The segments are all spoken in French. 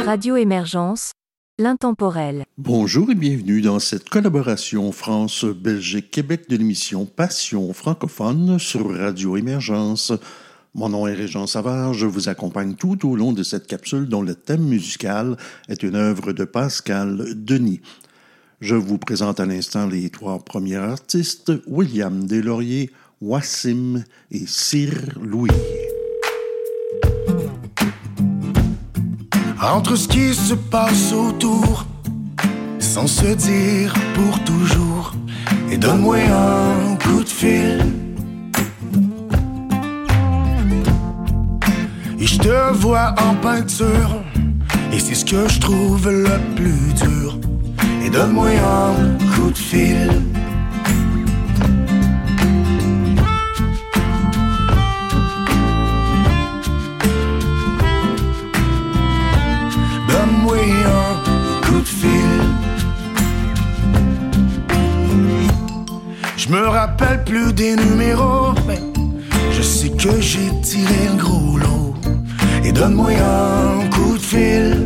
Radio Émergence, l'intemporel. Bonjour et bienvenue dans cette collaboration France-Belgique-Québec de l'émission Passion francophone sur Radio Émergence. Mon nom est Régent Savard, je vous accompagne tout au long de cette capsule dont le thème musical est une œuvre de Pascal Denis. Je vous présente à l'instant les trois premiers artistes, William Deslauriers, Wassim et Sir Louis. Entre ce qui se passe autour, sans se dire pour toujours, et donne-moi un coup de fil. Et je te vois en peinture, et c'est ce que je trouve le plus dur. Et donne-moi un coup de fil. Donne-moi un coup de fil. Je me rappelle plus des numéros, mais je sais que j'ai tiré le gros lot. Et donne-moi un coup de fil.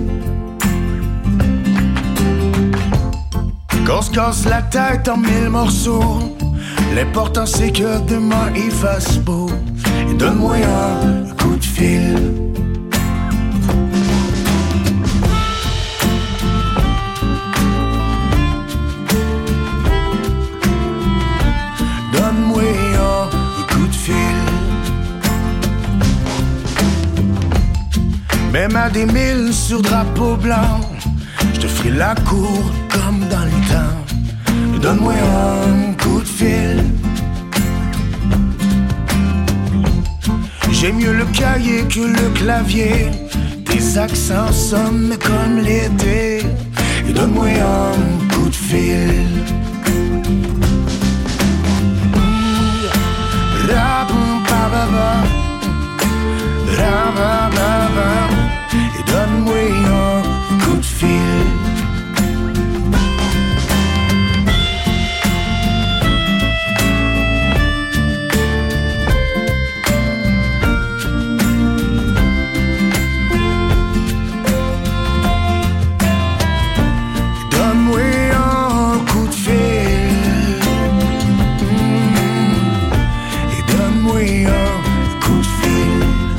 Qu'on se casse la tête en 1000 morceaux, l'important c'est que demain il fasse beau. Et donne-moi un coup de fil. Donne-moi un coup de fil. Même à des milles sur drapeau blanc, je te ferai la cour comme dans le temps. Donne-moi un coup de fil. J'aime mieux le cahier que le clavier. Tes accents sonnent comme l'été. Et donne-moi un coup de fil. Et donne-moi un coup de fil. Donne-moi un coup de fil. Et donne-moi un coup de fil.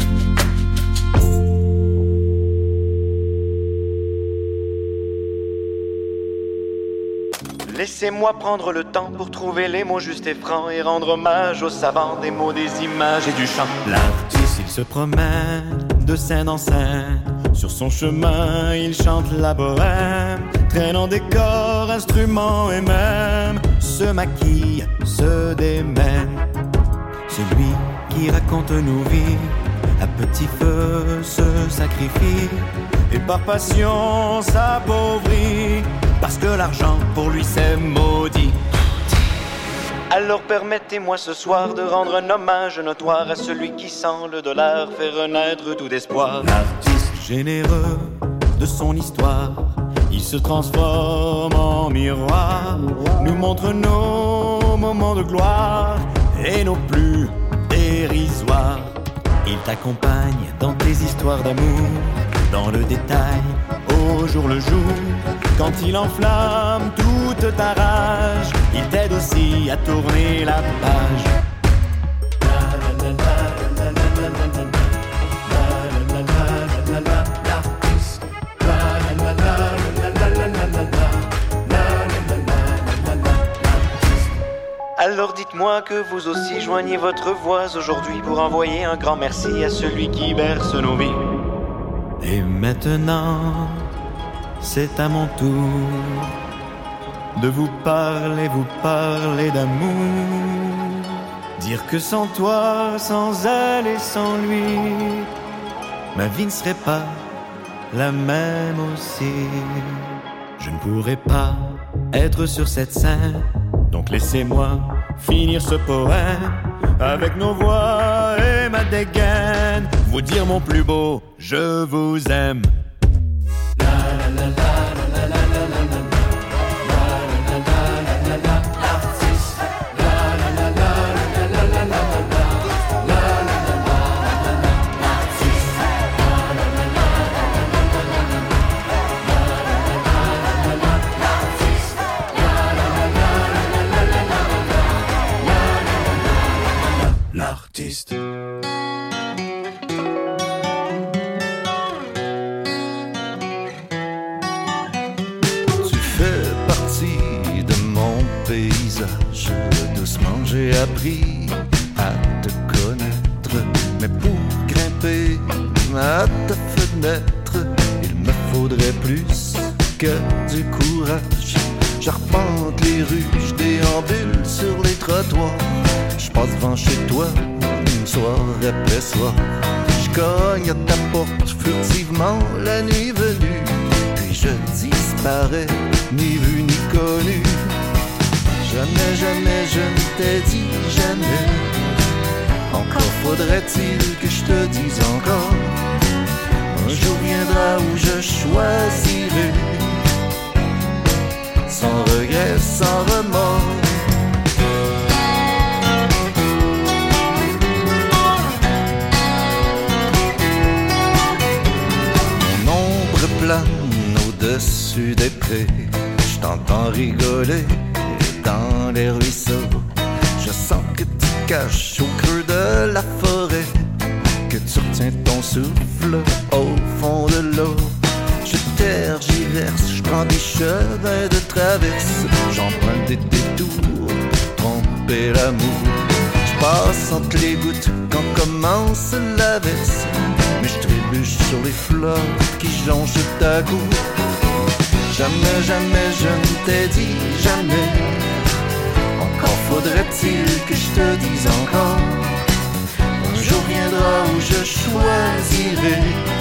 Laissez-moi prendre le temps pour trouver les mots justes et francs et rendre hommage aux savants des mots, des images et du chant. L'artiste, il se promène de scène en scène. Sur son chemin, il chante la bohème, traînant des corps, instruments et même se maquille, se démène. Celui qui raconte nos vies, à petit feu se sacrifie et par passion s'appauvrit. Parce que l'argent pour lui c'est maudit. Alors permettez-moi ce soir de rendre un hommage notoire à celui qui sent le dollar faire renaître tout espoir. L'artiste généreux de son histoire, il se transforme en miroir, nous montre nos moments de gloire et nos plus dérisoires. Il t'accompagne dans tes histoires d'amour, dans le détail, au jour le jour. Quand il enflamme toute ta rage, il t'aide aussi à tourner la page. Alors dites-moi que vous aussi joignez votre voix aujourd'hui pour envoyer un grand merci à celui qui berce nos vies. Et maintenant, c'est à mon tour de vous parler d'amour. Dire que sans toi, sans elle et sans lui, ma vie ne serait pas la même aussi. Je ne pourrais pas être sur cette scène, donc laissez-moi finir ce poème avec nos voix et ma dégaine. Vous dire mon plus beau, je vous aime. appris à te connaître. Mais pour grimper à ta fenêtre, il me faudrait plus que du courage. J'arpente les rues, je déambule sur les trottoirs. Je passe devant chez toi, soir après soir. Je cogne à ta porte furtivement la nuit venue. Puis je disparais, ni vu ni connu. Jamais, jamais je ne t'ai dit jamais. Encore faudrait-il que je te dise encore. Un jour viendra où je choisirai, sans regret, sans remords. Mon ombre plane au-dessus des prés. Je t'entends rigoler dans les ruisseaux. Je sens que tu caches au creux de la forêt, que tu retiens ton souffle au fond de l'eau. Je tergiverse, je prends des chemins de traverse, j'emprunte des détours pour tromper l'amour. Je passe entre les gouttes quand commence l'averse, mais je trébuche sur les fleurs qui jonchent ta cour. Jamais, jamais je ne t'ai dit jamais. Encore faudrait-il que je te dise encore. Un jour viendra où je choisirai,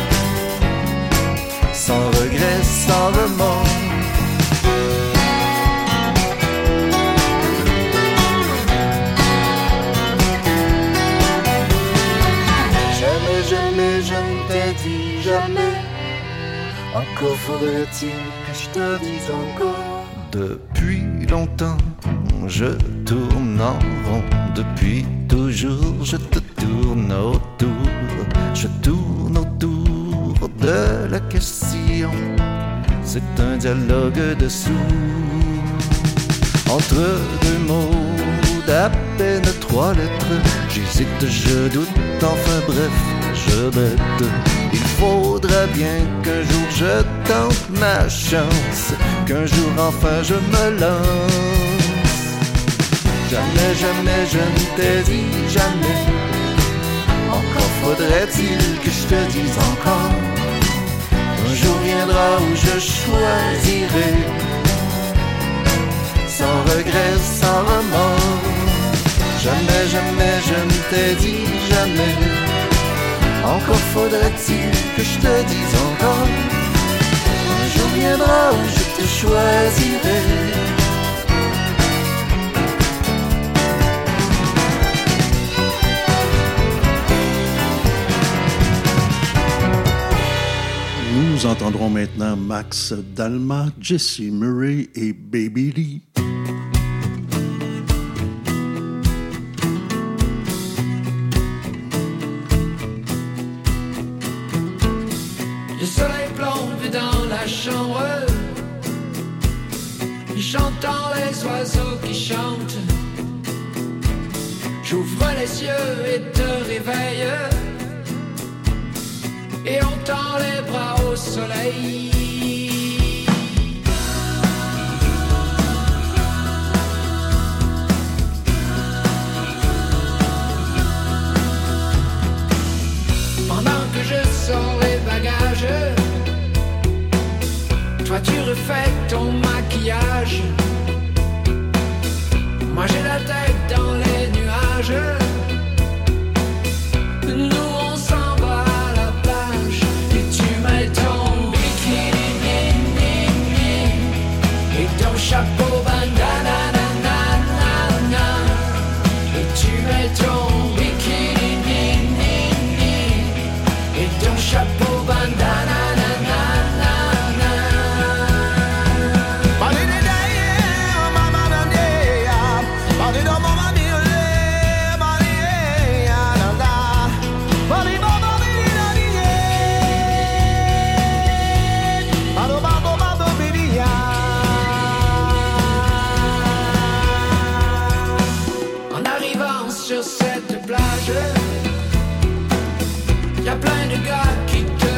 sans regret, sans remords. Jamais, jamais je ne t'ai dit jamais. Encore faudrait-il que je te dise encore. Depuis longtemps, je tourne en rond. Depuis toujours, je te tourne autour. Je tourne autour de la question. C'est un dialogue de sourds. Entre deux mots d'à peine 3 lettres, j'hésite, je doute, enfin bref, je bête. Il faudra bien qu'un jour je tente ma chance, qu'un jour enfin je me lance. Jamais, jamais je ne t'ai dit jamais. Encore faudrait-il que je te dise encore. Un jour viendra où je choisirai, sans regret, sans remords. Jamais, jamais je ne t'ai dit jamais. Encore faudrait-il que je te dise encore. Un jour viendra où je te choisirai. Nous entendrons maintenant Max Dalma, Jesse Murray et Baby Lee. Le soleil plombe dans la chambre, j'entends les oiseaux qui chantent. J'ouvre les yeux et te réveille, et on tend les bras au soleil. Pendant que je sors les bagages, toi tu refais ton maquillage. Moi j'ai la tête dans les nuages. Nous on s'en va à la plage, et tu mets ton bikini et ton chapeau bandana, et tu mets ton bikini et ton chapeau bandana. Sur cette plage, y a plein de gars qui te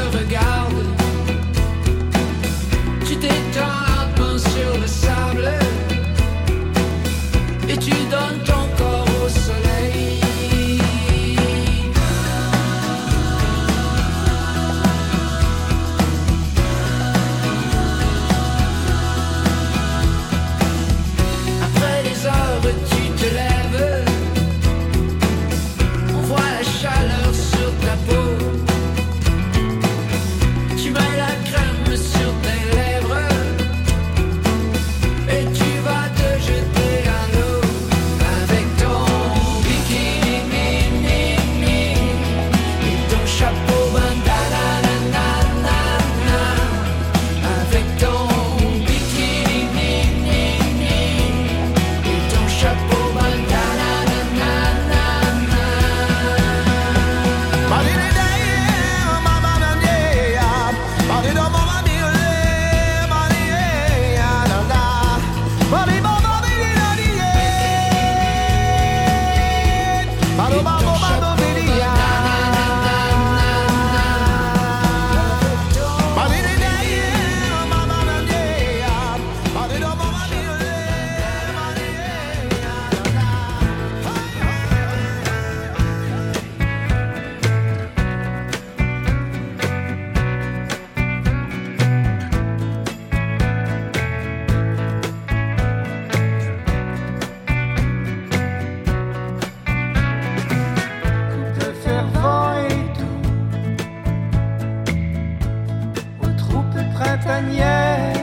printanière.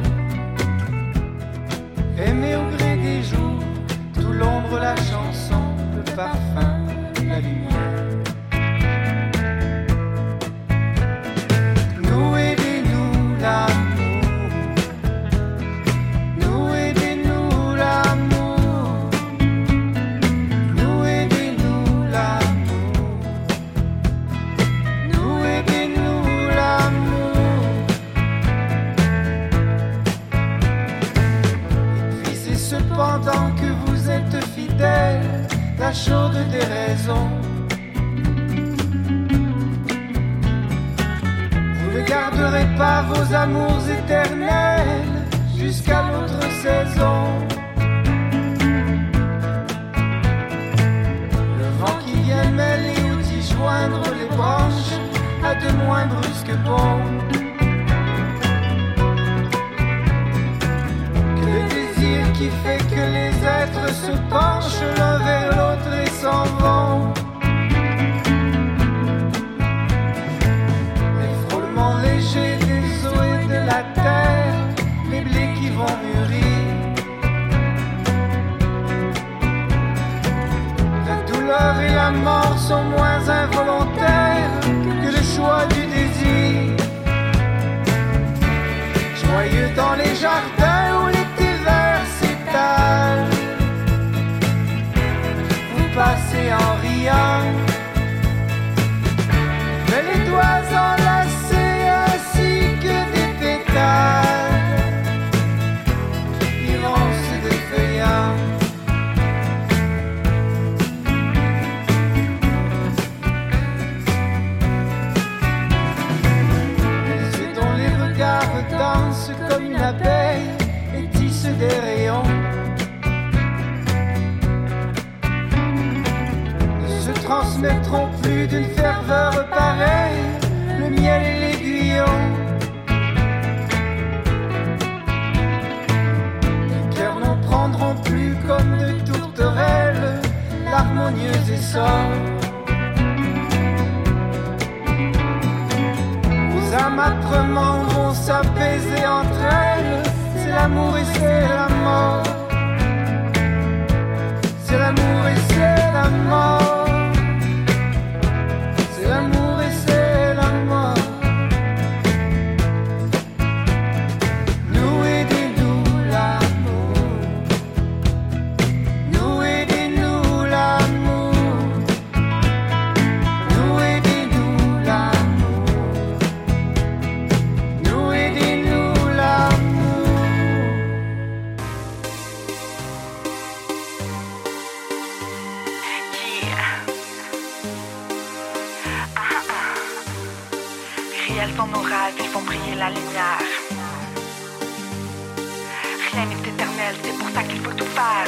Aimer au gré des jours, tout l'ombre, la chanson, le parfum, la lumière. Nous aidez-nous l'amour, nous aidez-nous l'amour, nous aidez-nous l'amour, nous aidez-nous l'amour. Et puis c'est cependant que vous êtes fidèle, la chaude des raisons. Vous ne garderez pas vos amours éternels jusqu'à l'autre saison. Le vent qui vient mêler ou d'y joindre les branches a de moins brusques bonds que le désir qui fait que les êtres se penchent l'un vers l'autre et s'en vont. Les frôlements légers des eaux et de la terre, les blés qui vont mûrir. La douleur et la mort sont moins involontaires que le choix du désir. Joyeux dans les jardins où l'été vert s'étale, vous passez en riant, mais les doigts enlacés ainsi que des pétales iront se défeuillant. Les yeux dont les regards dansent comme une abeille et tissent des rayons ne se transmettront plus d'une ferveur pareille, le miel et l'aiguillon. Les cœurs n'en prendront plus comme de tourterelles l'harmonieuse essor. Vos âmes âprement vont s'apaiser entre elles, c'est l'amour et c'est la mort. C'est l'amour et c'est la mort. C'est l'amour et c'est la mort. Nous aidez-nous l'amour, nous aidez-nous l'amour, nous aidez-nous l'amour, nous aidez-nous l'amour. Réels sont nos rêves, ils font briller la lumière. Rien n'est éternel, c'est pour ça qu'il faut tout faire.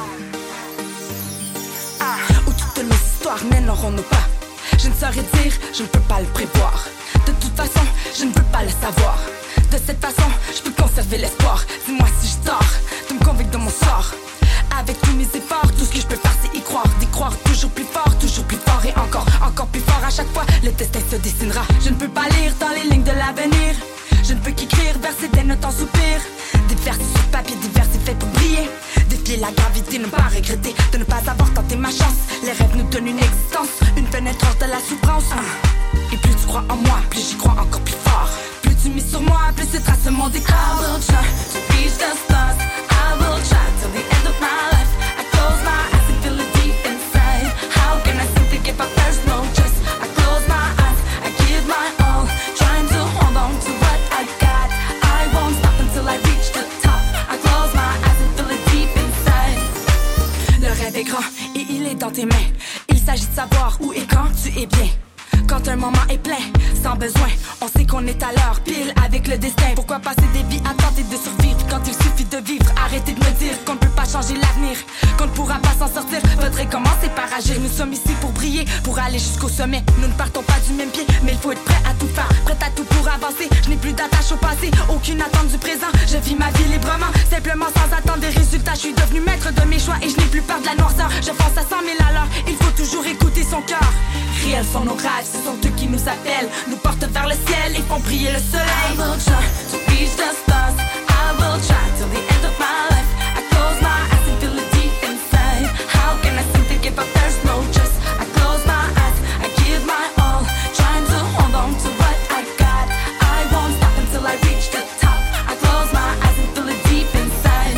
Où toutes nos histoires mèneront-nous pas? Je ne saurais dire, je ne peux pas le prévoir. De toute façon, je ne veux pas le savoir. De cette façon, je peux conserver l'espoir. Dis-moi si je tors de me convaincre de mon sort. Avec tous mes efforts, tout ce que je peux faire c'est y croire. D'y croire toujours plus fort et encore plus fort. À chaque fois, le destin se dessinera. Je ne peux pas lire dans les lignes de l'avenir. Je ne peux qu'écrire, verser des notes en soupir. Des vers sur papier, des vers faits pour briller. Défier la gravité, ne pas regretter de ne pas avoir tenté ma chance. Les rêves nous donnent une existence, une fenêtre hors de la souffrance. Et plus tu crois en moi, plus j'y crois encore plus fort. Plus tu mises sur moi, plus tu traces mon décor. I will try to reach the stars. I will try till the end of my life. I close my eyes and feel it deep inside. How can I seem to give up? There's no choice. I close my eyes, I give my all, trying to hold on to what I got. I won't stop until I reach the top. I close my eyes and feel it deep inside. Le rêve est grand et il est dans tes mains. Il s'agit de savoir où et quand tu es bien. Quand un moment est plein, sans besoin, on sait qu'on est à l'heure pile avec le destin. Pourquoi passer des vies à tenter de survivre quand il suffit de vivre? Arrêtez de me dire qu'on ne peut pas changer l'avenir, qu'on ne pourra pas s'en sortir. Faudrait commencer par agir. Nous sommes ici pour briller, pour aller jusqu'au sommet. Nous ne partons pas du même pied, mais il faut être prêt à tout faire, prêt à tout pour avancer. Je n'ai plus d'attache au passé, aucune attente du présent. Je vis ma vie librement, simplement sans attendre des résultats. Je suis devenu maître de mes choix et je n'ai plus peur de la noirceur. Je pense à 100 000 à l'heure, il faut toujours écouter son cœur. Réels sont nos rêves, ce sont eux qui nous appellent, nous portent vers le ciel et font briller le soleil. I will try to reach the stars. I will try till the end of my life. I close my eyes and feel it deep inside. How can I seem to give up? There's no trust. I close my eyes, I give my all, trying to hold on to what I got. I won't stop until I reach the top. I close my eyes and feel it deep inside.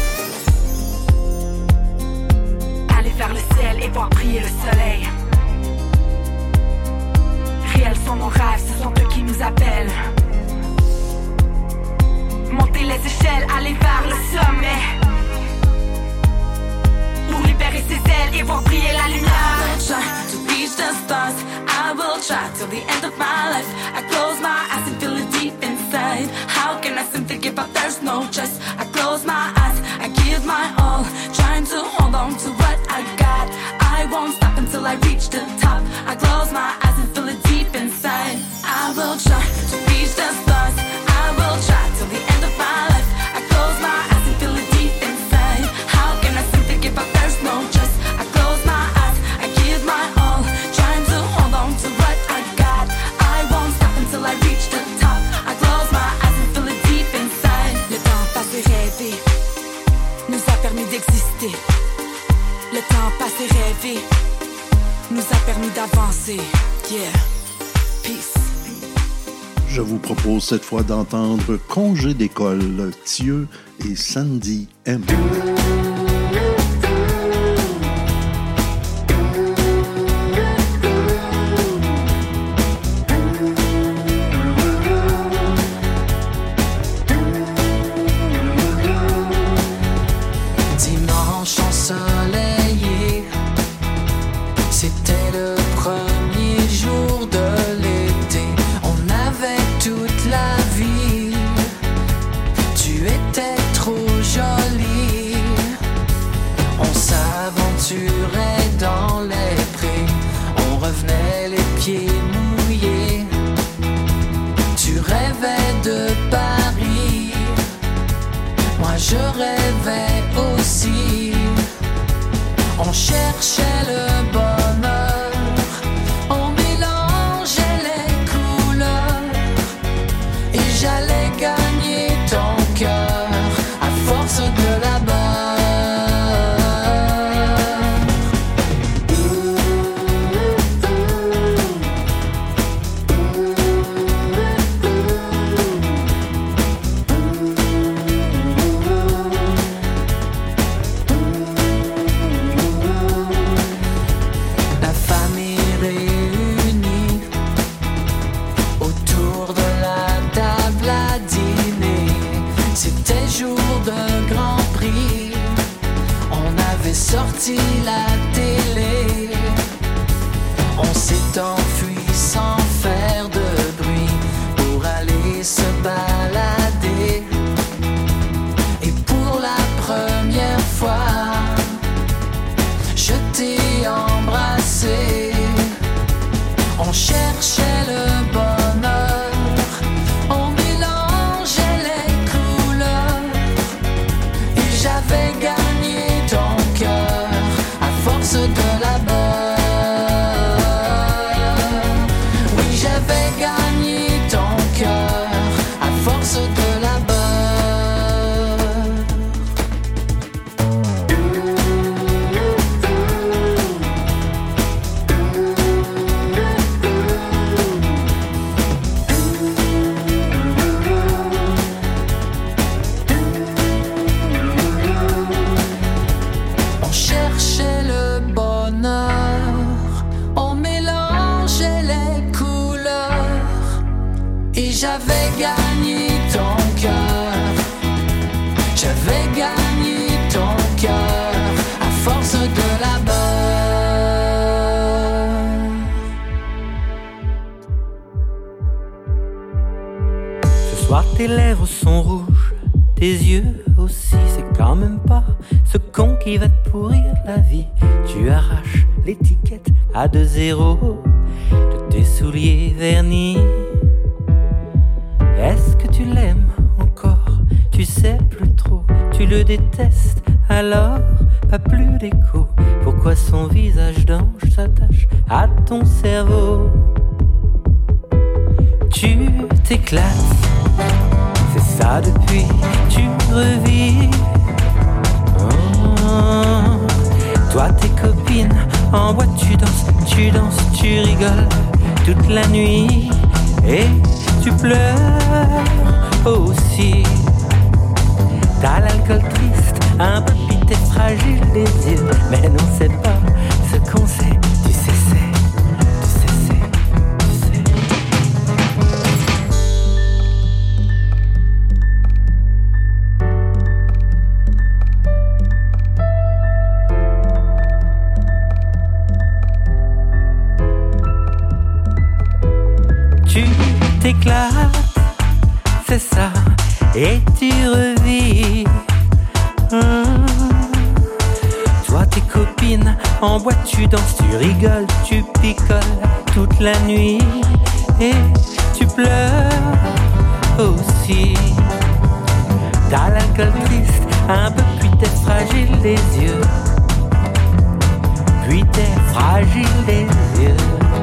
Aller vers le ciel et voir briller le soleil. Réels sont nos rêves, ce sont eux qui nous appellent. Monter les échelles, aller vers le sommet. Pour libérer ses ailes et voir briller la lumière. I will try to reach the stars. I will try till the end of my life. I close my eyes and feel it deep inside. How can I seem to give up? There's no trust. I close my eyes, I give my all, trying to hold on to what I got. I won't stop until I reach the top. I close my eyes and feel it deep inside. I will try to reach the stars. I will try till the end of my life. I close my eyes and feel it deep inside. How can I seem to give up? There's no trust. I close my eyes, I give my all, trying to hold on to what I got. I won't stop until I reach the top. I close my eyes and feel it deep inside. Le temps passé rêvé nous a permis d'exister. Le temps passé rêvé nous a permis d'avancer. Yeah, peace. Je vous propose cette fois d'entendre Congé d'école, Thieu et Sandy M. Dimanche ensoleillé, c'était le premier jour de l'été. On avait toute la vie, tu étais trop jolie. On s'aventurait dans les prés, on revenait les pieds mouillés. Tu rêvais de Paris, moi je rêvais aussi. On cherchait le bonheur, on mélangeait les couleurs, et j'allais gagner ton cœur à force de labeur. La famille réunie autour de la table à dîner. C'était jour de Grand Prix, on avait sorti la télé. On s'est enfui sans faire de bruit pour aller se balader. Et pour la première fois, je t'ai embrassé. On cherchait le bonheur, on mélangeait les couleurs, et j'avais gagné ton cœur à force de labeur. Oui, j'avais gagné ton cœur à force de labeur. On cherchait le bonheur, on mélangeait les couleurs, et j'avais gagné ton cœur. J'avais gagné ton cœur à force de labeur. Ce soir tes lèvres sont rouges, tes yeux aussi, c'est quand même pas ce con qui va te pourrir la vie. Tu arraches l'étiquette à 2 zéros de tes souliers vernis. Est-ce que tu l'aimes encore? Tu sais plus trop, tu le détestes, alors pas plus d'écho. Pourquoi son visage d'ange s'attache à ton cerveau? Tu t'éclates, c'est ça ça depuis tu revis. Oh. Toi tes copines en boîte tu danses, tu rigoles toute la nuit et tu pleures aussi. T'as l'alcool triste, un peu pité, fragile les yeux, mais non c'est pas ce qu'on sait. Tu sais tu t'éclates, c'est ça, et tu revis. Toi tes copines en boîte tu danses, tu rigoles, tu picoles toute la nuit et tu pleures aussi. T'as l'alcool triste, un peu puis t'es fragile les yeux, puis t'es fragile les yeux.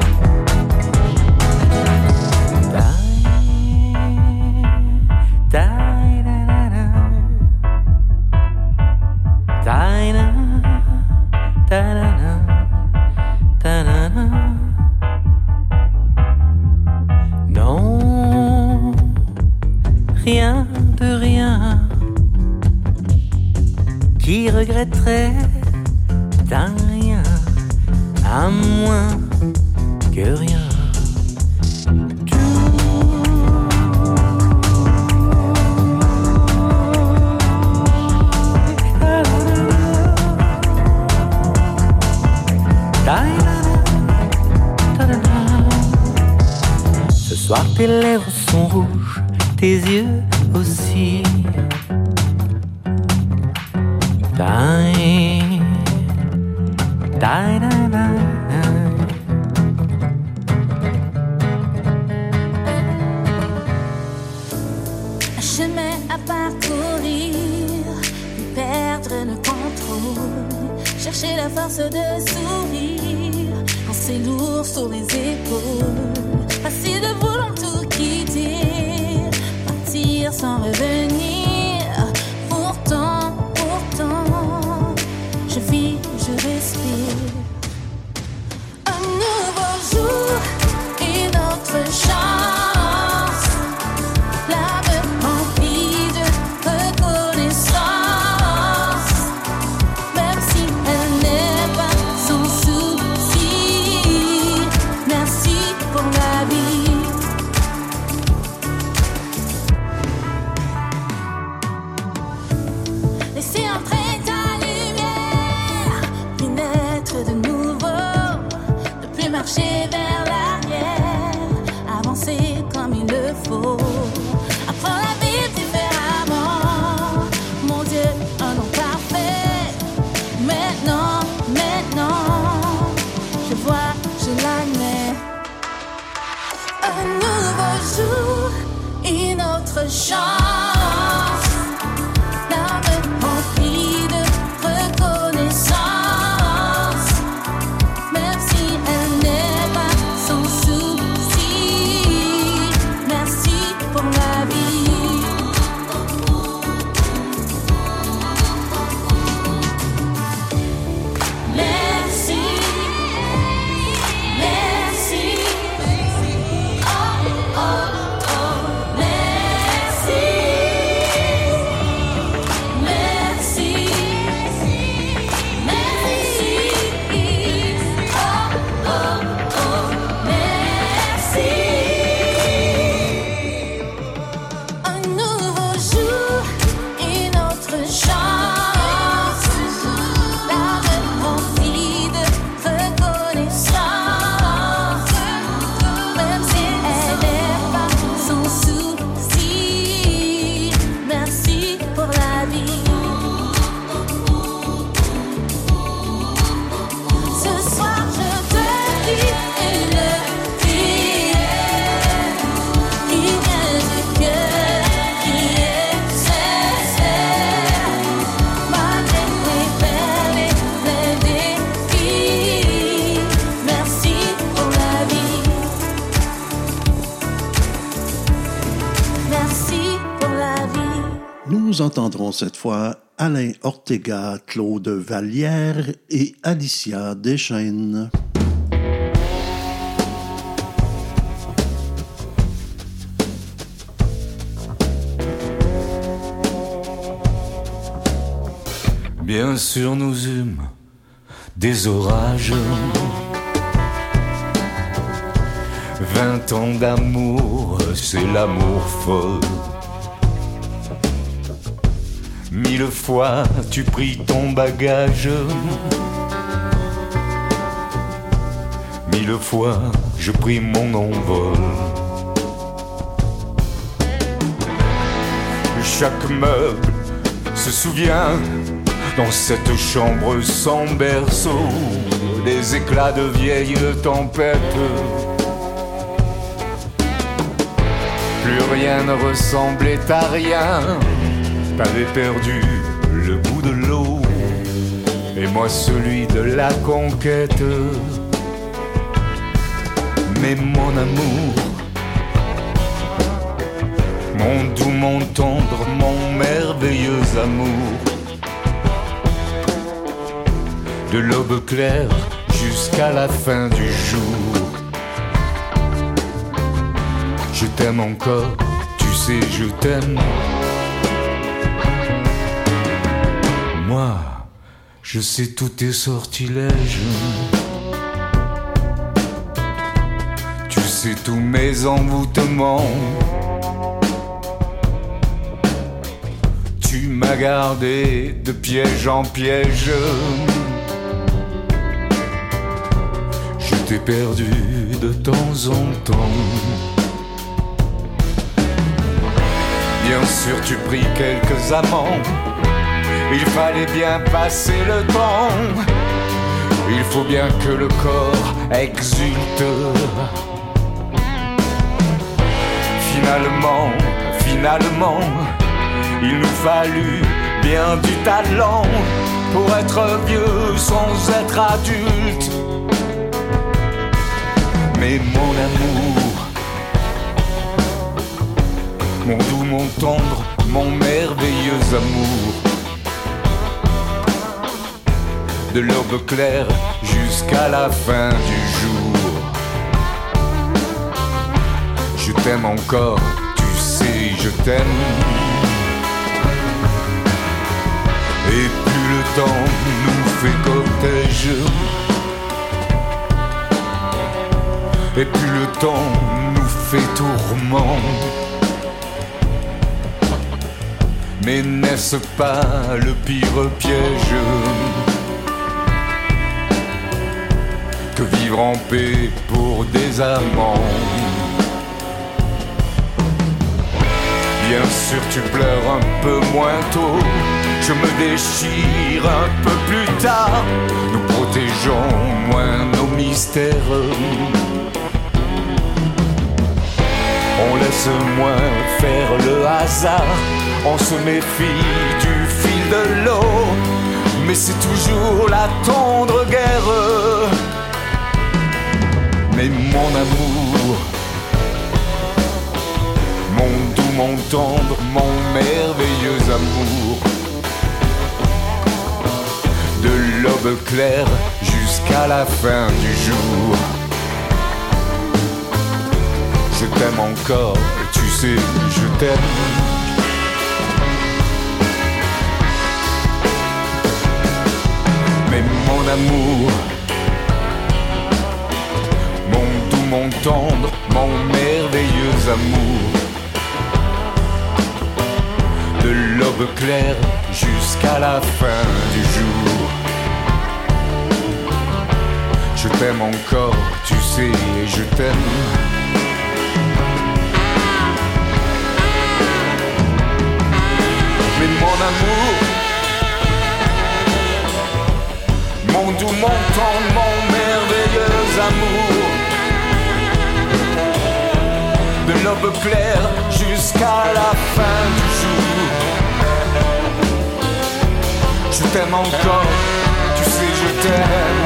Non, rien de rien qui regretterait d'un rien, à moins que rien. Ce soir tes lèvres sont rouges, tes yeux aussi. Un chemin à parcourir, perdre le contrôle, chercher la force de sourire quand c'est lourd sur les épaules, passer de vouloir tout quitter, partir sans revenir. Pourtant, je vis, je respire. Un nouveau jour, une autre chance, l'âme remplie de reconnaissance, même si elle n'est pas sans souci. Merci pour la vie. Laissez entrer ta lumière, puis naître de nouveau, ne plus marcher vers l'arrière, avancer comme il le faut, apprendre à vivre différemment. Mon Dieu, un nom parfait. Maintenant, je vois, je l'admets. Un nouveau jour, une autre chance, l'âme remplie de reconnaissance, même si elle n'est pas sans souci. Merci pour la vie. nous entendrons cette fois Alain Ortega, Claude Vallière et Alicia Deschênes. Bien sûr nous eûmes des orages, 20 ans d'amour, c'est l'amour fol. 1000 fois tu pris ton bagage, 1000 fois je pris mon envol. Chaque meuble se souvient dans cette chambre sans berceau des éclats de vieilles tempêtes. Plus rien ne ressemblait à rien. T'avais perdu le bout de l'eau et moi celui de la conquête. Mais mon amour, mon doux, mon tendre, mon merveilleux amour, de l'aube claire jusqu'à la fin du jour, je t'aime encore, tu sais je t'aime. Moi, je sais tous tes sortilèges, tu sais tous mes envoûtements. Tu m'as gardé de piège en piège. Je t'ai perdu de temps en temps. Bien sûr tu pris quelques amants. Il fallait bien passer le temps. Il faut bien que le corps exulte. Finalement, il nous fallut bien du talent pour être vieux sans être adulte. Mais mon amour, mon doux, mon tendre, mon merveilleux amour, de l'aube claire jusqu'à la fin du jour, je t'aime encore, tu sais, je t'aime. Et plus le temps nous fait cortège, et plus le temps nous fait tourment. Mais n'est-ce pas le pire piège que vivre en paix pour des amants? Bien sûr tu pleures un peu moins tôt, je me déchire un peu plus tard. Nous protégeons moins nos mystères, on laisse moins faire le hasard. On se méfie du fil de l'eau, mais c'est toujours la tendre guerre. Mais mon amour, mon doux, mon tendre, mon merveilleux amour, de l'aube claire jusqu'à la fin du jour, je t'aime encore, tu sais, je t'aime. Mais mon amour, mon doux, mon tendre, mon merveilleux amour, de l'aube claire jusqu'à la fin du jour, je t'aime encore, tu sais, je t'aime. Mais mon amour, mon doux, mon tendre, mon merveilleux amour, de l'aube claire jusqu'à la fin du jour, je t'aime encore, tu sais je t'aime.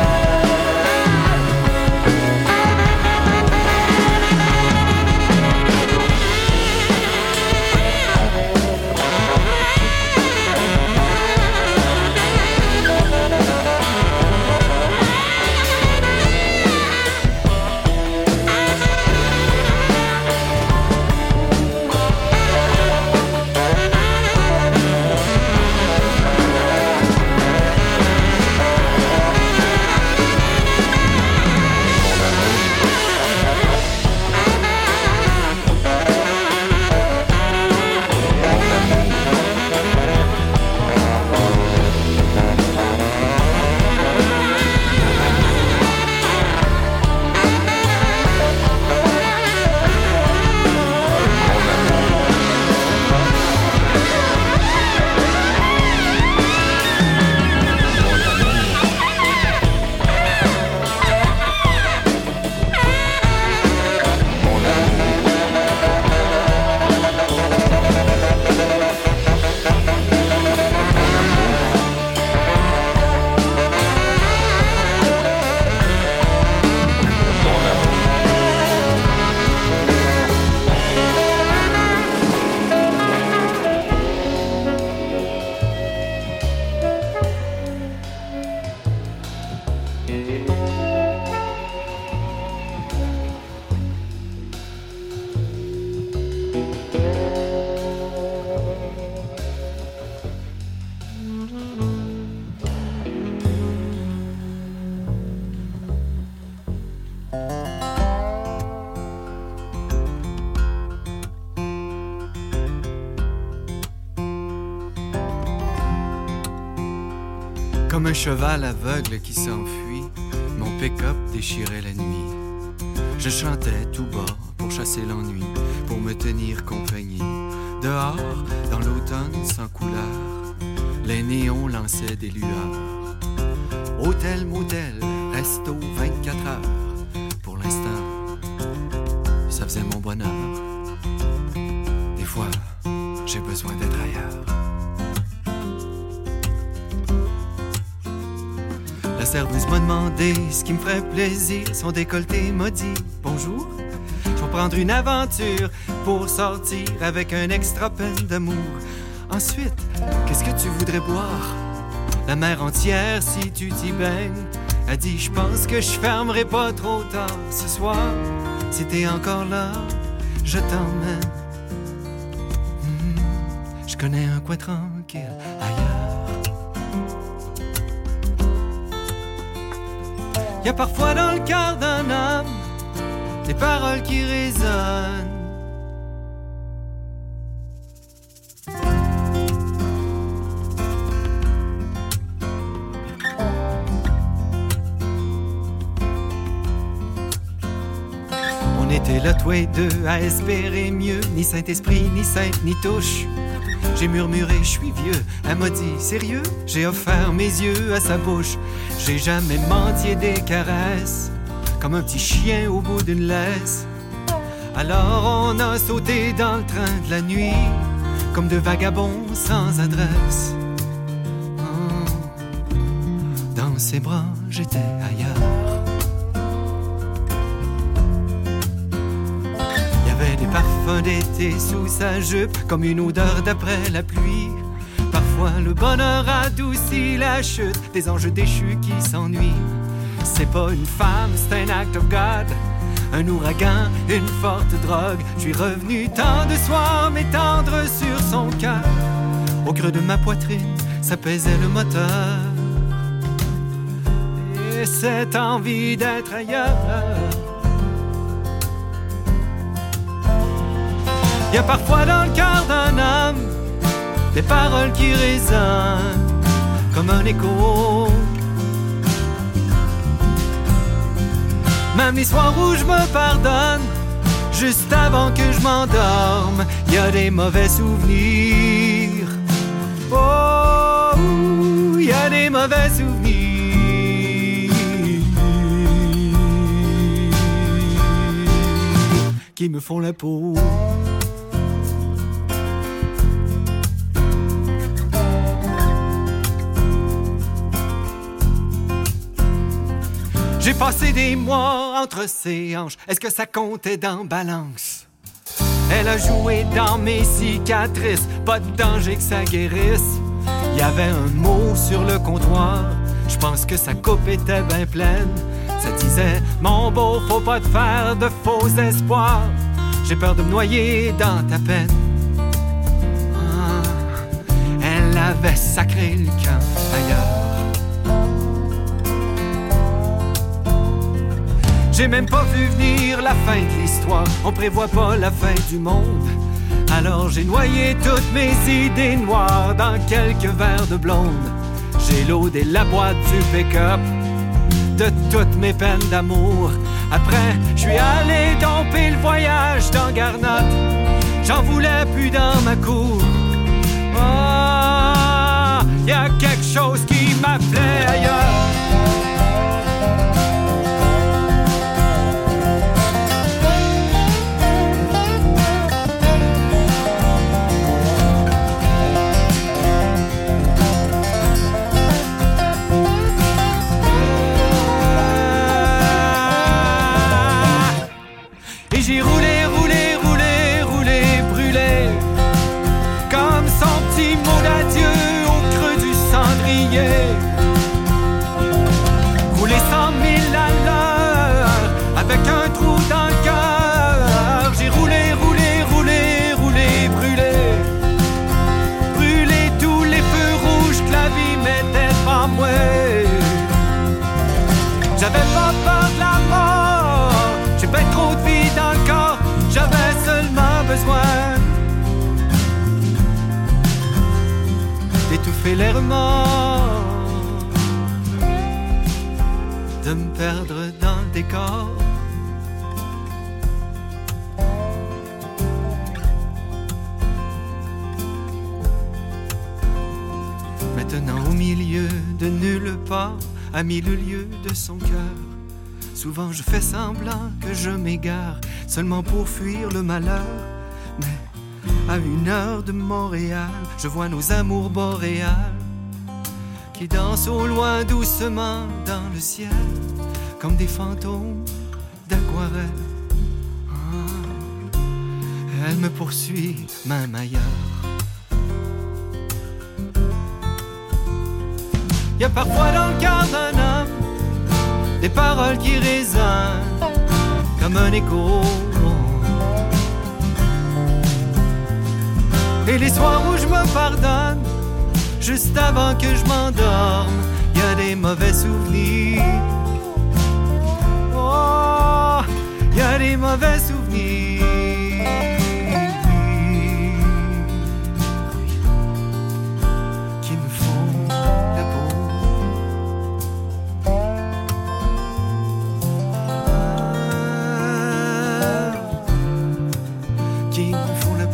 Comme un cheval aveugle qui s'enfuit, mon pick-up déchirait la nuit. Je chantais tout bas pour chasser l'ennui, pour me tenir compagnie. Dehors, dans l'automne sans couleur, les néons lançaient des lueurs. Hôtel, motel, resto, 24 heures. Pour l'instant, ça faisait mon bonheur. Des fois, j'ai besoin d'être ailleurs. La serveuse m'a demandé ce qui me ferait plaisir. Son décolleté m'a dit bonjour. Je vais prendre une aventure pour sortir avec un extra peine d'amour. Ensuite, qu'est-ce que tu voudrais boire? La mer entière si tu t'y baignes. Elle dit, je pense que je fermerai pas trop tard ce soir. Si t'es encore là, je t'emmène. Je connais un coin tranquille ailleurs. Y a parfois dans le cœur d'un homme des paroles qui résonnent. On était là tous les deux à espérer mieux, ni Saint-Esprit, ni Sainte, ni touche. J'ai murmuré, je suis vieux. Elle m'a dit, sérieux? J'ai offert mes yeux à sa bouche. J'ai jamais menti des caresses, comme un petit chien au bout d'une laisse. Alors on a sauté dans le train de la nuit, comme deux vagabonds sans adresse. Oh, dans ses bras, j'étais ailleurs. Il y avait des parfums d'été sous sa jupe, comme une odeur d'après la pluie. Parfois le bonheur adoucit la chute des anges déchus qui s'ennuient. C'est pas une femme, c'est un act of God, un ouragan, une forte drogue. Je suis revenu tant de soirs m'étendre sur son cœur. Au creux de ma poitrine, ça pesait le moteur. Et cette envie d'être ailleurs. Y a parfois dans le cœur d'un homme des paroles qui résonnent comme un écho. Même les soirs où je me pardonne, juste avant que je m'endorme, y a des mauvais souvenirs. Oh, y a des mauvais souvenirs qui me font la peau. J'ai passé des mois entre ses hanches. Est-ce que ça comptait dans balance? Elle a joué dans mes cicatrices. Pas de danger que ça guérisse. Il y avait un mot sur le comptoir. Je pense que sa coupe était bien pleine. Ça disait, mon beau, faut pas te faire de faux espoirs. J'ai peur de me noyer dans ta peine. Ah, elle avait sacré le camp ailleurs. J'ai même pas vu venir la fin de l'histoire. On prévoit pas la fin du monde. Alors j'ai noyé toutes mes idées noires dans quelques verres de blonde. J'ai loadé la boîte du pick-up de toutes mes peines d'amour. Après, je suis allé domper le voyage dans Garnotte. J'en voulais plus dans ma cour. Ah, y a quelque chose qui m'appelait ailleurs. J'ai roulé, roulé, roulé, roulé, brûlé, comme son petit mot d'adieu au creux du cendrier. Roulé 100 000 à l'heure, avec un trou dans le cœur. J'ai roulé, roulé, roulé, roulé, brûlé, brûlé tous les feux rouges que la vie mettait devant moi. J'avais pas peur de la mort, j'ai pas trop de vie dans le corps, j'avais seulement besoin d'étouffer les remords. de me perdre dans le décor. Maintenant au milieu de nulle part, à mille lieues de son cœur, souvent je fais semblant que je m'égare, seulement pour fuir le malheur. Mais à 1 heure de Montréal, je vois nos amours boréales qui dansent au loin doucement dans le ciel, comme des fantômes d'aquarelle. Ah, elle me poursuit même ailleurs. Y a parfois dans le cœur d'un homme des paroles qui résonnent comme un écho. Et les soirs où je me pardonne, juste avant que je m'endorme, y a des mauvais souvenirs. Oh, y a des mauvais souvenirs qui me font la peau. Qui me font la peau.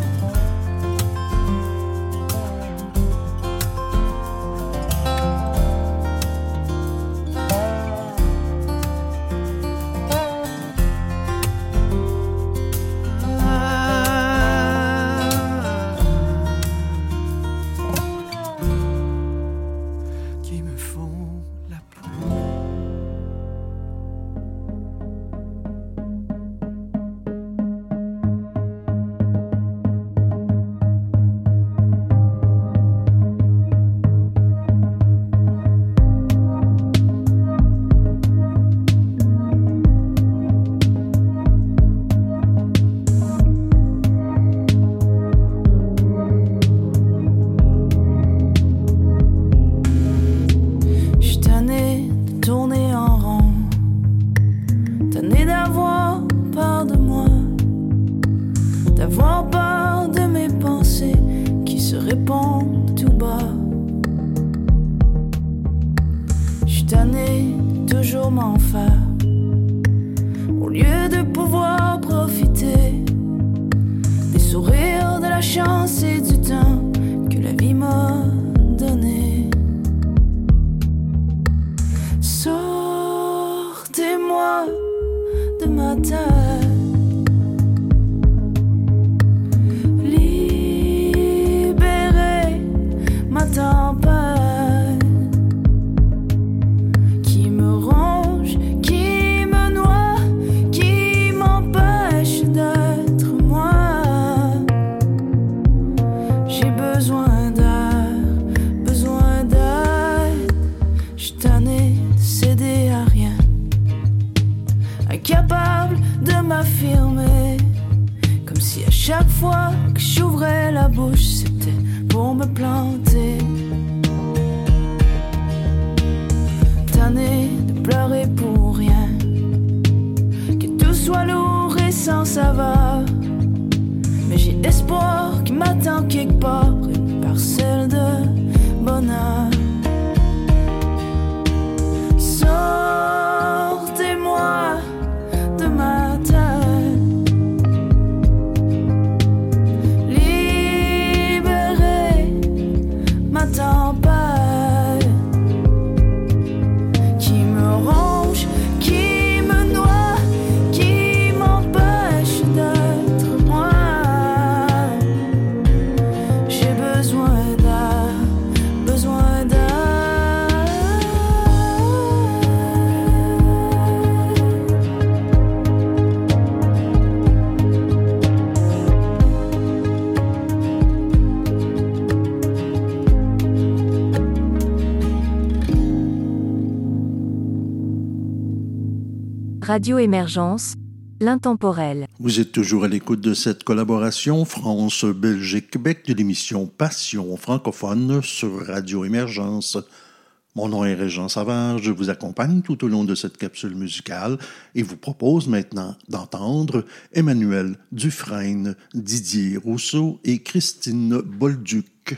Radio Émergence, l'intemporel. Vous êtes toujours à l'écoute de cette collaboration France-Belgique-Québec de l'émission Passion francophone sur Radio Émergence. Mon nom est Régent Savard, je vous accompagne tout au long de cette capsule musicale et vous propose maintenant d'entendre Emmanuel Dufresne, Didier Rousseau et Christine Bolduc.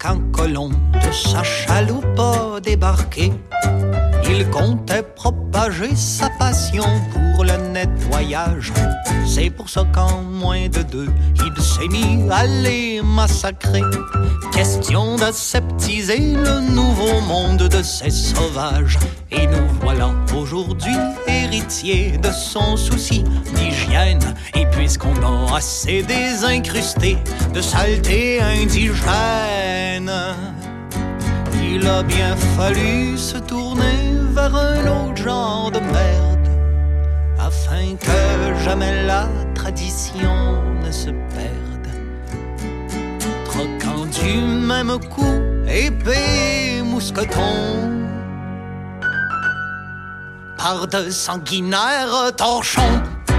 quand Colomb de sa chaloupe a débarqué. Il comptait propager sa passion pour le nettoyage. C'est pour ça qu'en moins de 2, il s'est mis à les massacrer. Question d'aseptiser le nouveau monde de ces sauvages. Et nous voilà aujourd'hui héritiers de son souci d'hygiène. Et puisqu'on a assez désincrusté de saleté indigène, il a bien fallu se tourner vers un autre genre de merde, afin que jamais la tradition ne se perde. Troquant du même coup épée mousqueton par de sanguinaires torchons.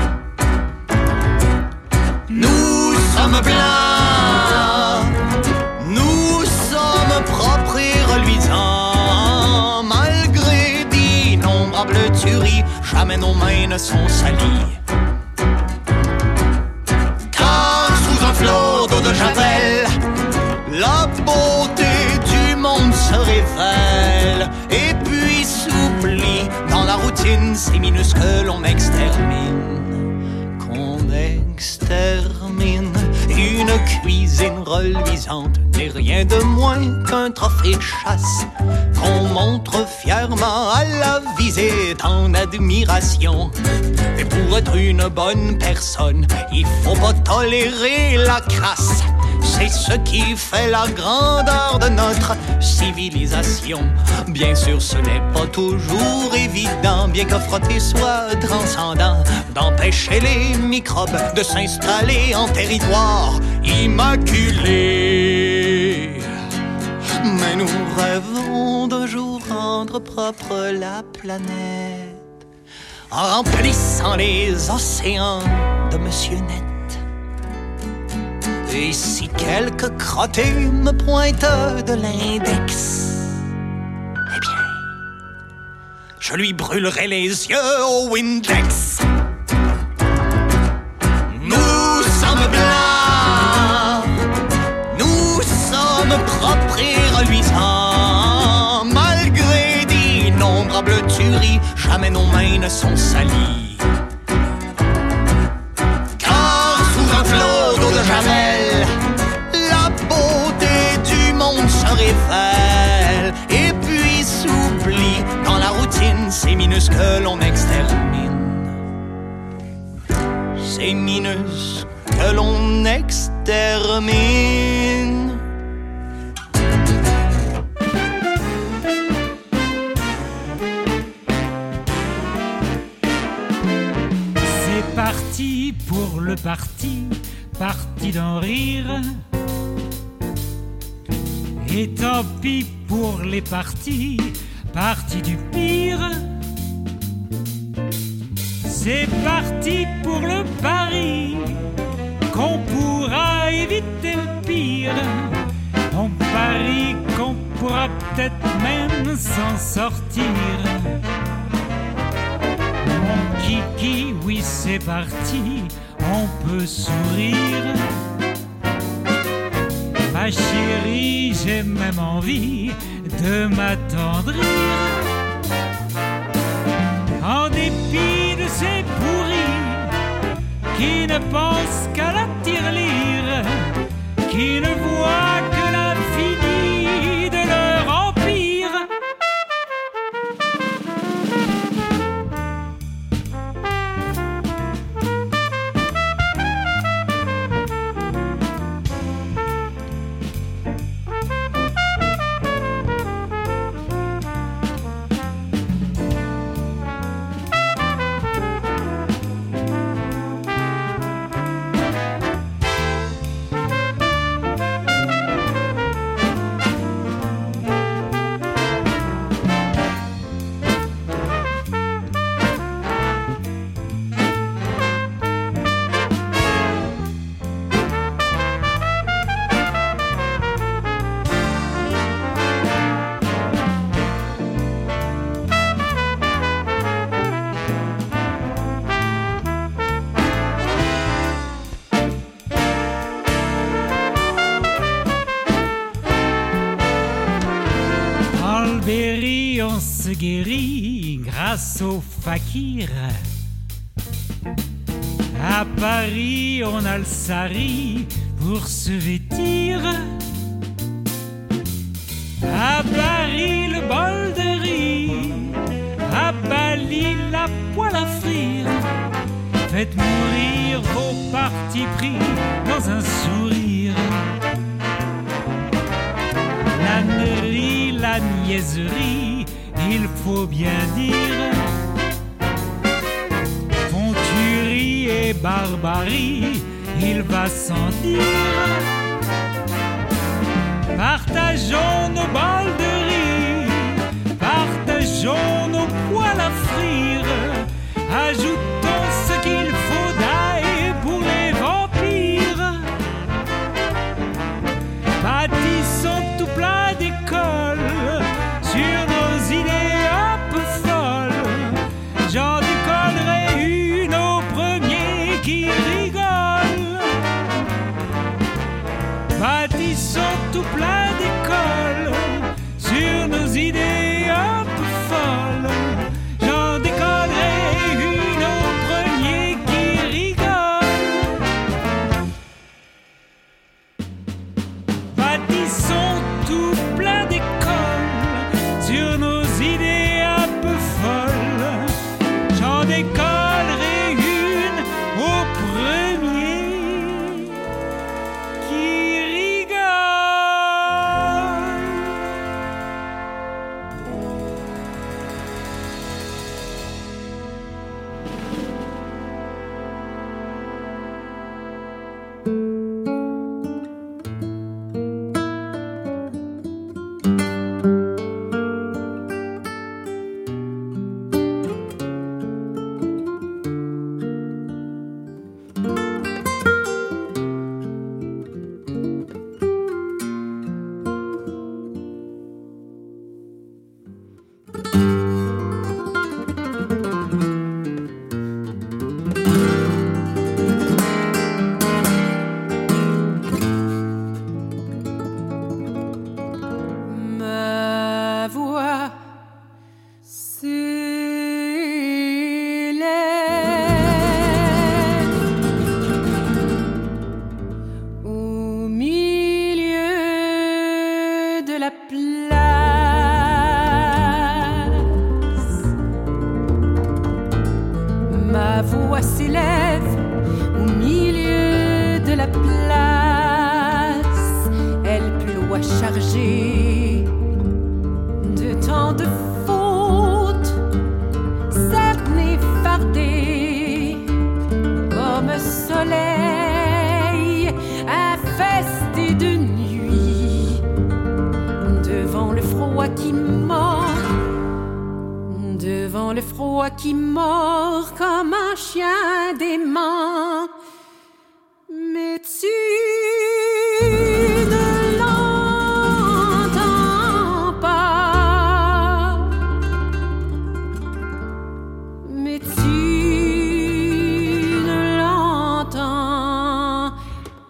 Nous sommes blancs, nous sommes propres et reluisants, malgré d'innombrables tueries, jamais nos mains ne sont salies. Car sous un flot d'eau de javel, la beauté du monde se révèle, et puis s'oublie dans la routine ces minuscules on extermine, qu'on extermine. Une cuisine reluisante n'est rien de moins qu'un trophée de chasse qu'on montre fièrement à la visite en admiration. Et pour être une bonne personne, il faut pas tolérer la crasse. C'est ce qui fait la grandeur de notre civilisation. Bien sûr, ce n'est pas toujours évident, bien que frotter soit transcendant, d'empêcher les microbes de s'installer en territoire immaculé. Mais nous rêvons d'un jour rendre propre la planète en remplissant les océans de Monsieur Net. Et si quelques crottés me pointent de l'index, eh bien, je lui brûlerai les yeux au Windex. Nous sommes blancs, nous sommes propres et reluisants, malgré d'innombrables tueries, jamais nos mains ne sont salies. Car sous un flot d'eau de javel, la beauté du monde se révèle, et puis s'oublie dans la routine ces minuscules on extermine. Ces minuscules on extermine. C'est parti pour le parti, parti d'en rire. Et tant pis pour les partis, partis du pire. C'est parti pour le pari qu'on pourra éviter le pire. On parie qu'on pourra peut-être même s'en sortir. Mon kiki, oui c'est parti, on peut sourire. Ma chérie, j'ai même envie de m'attendrir. En dépit de ces pourris qui ne pensent qu'à la tirelire, qui ne voient que l'infini de leur empire. Alberry, on se guérit grâce au fakir. À Paris, on a le sari pour se vêtir. À Paris, le bol de riz. À Bali, la poêle à frire. Faites mourir vos partis pris dans un sourire. L'ânerie, la niaiserie, il faut bien dire. Fonturie et barbarie, il va sans dire. Partageons nos bols de riz, partageons nos poêles à frire. Ajoutons ce qu'il faut d'ail pour les vampires. Bâtissons tout plein d'écoles sur nos idées un peu folles. J'en décollerai une au premier qui rigole. Bâtissons tout plein d'écoles sur nos idées un peu folles. J'en décollerai une au premier qui rigole. Bâtissons tout plein d'écoles sur nos idées un peu folles. J'en décollerai une au premier qui rigole. Ma voix s'élève au milieu de la place. Ma voix s'élève au milieu de la place. Elle ploie chargée de tant de fautes, cernée, fardée comme soleil infesté de nuit. Devant le froid qui mord, devant le froid qui mord comme un chien dément. Mais tu ne l'entends pas. Mais tu ne l'entends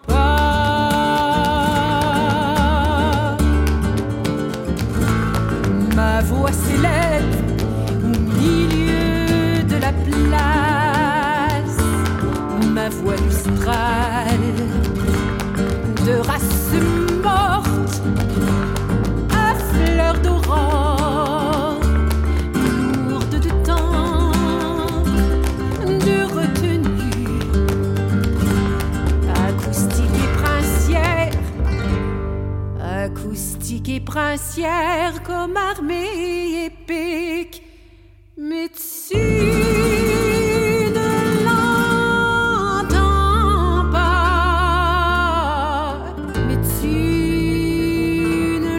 pas. Ma voix s'élève au milieu de la place. Ma voix lustrale de race morte à fleur d'aurore, lourde de temps, de retenue, acoustique et princière, acoustique et princière comme armée épique. Mais tu ne l'entends pas. Mais tu ne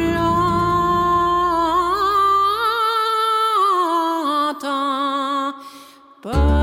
l'entends pas.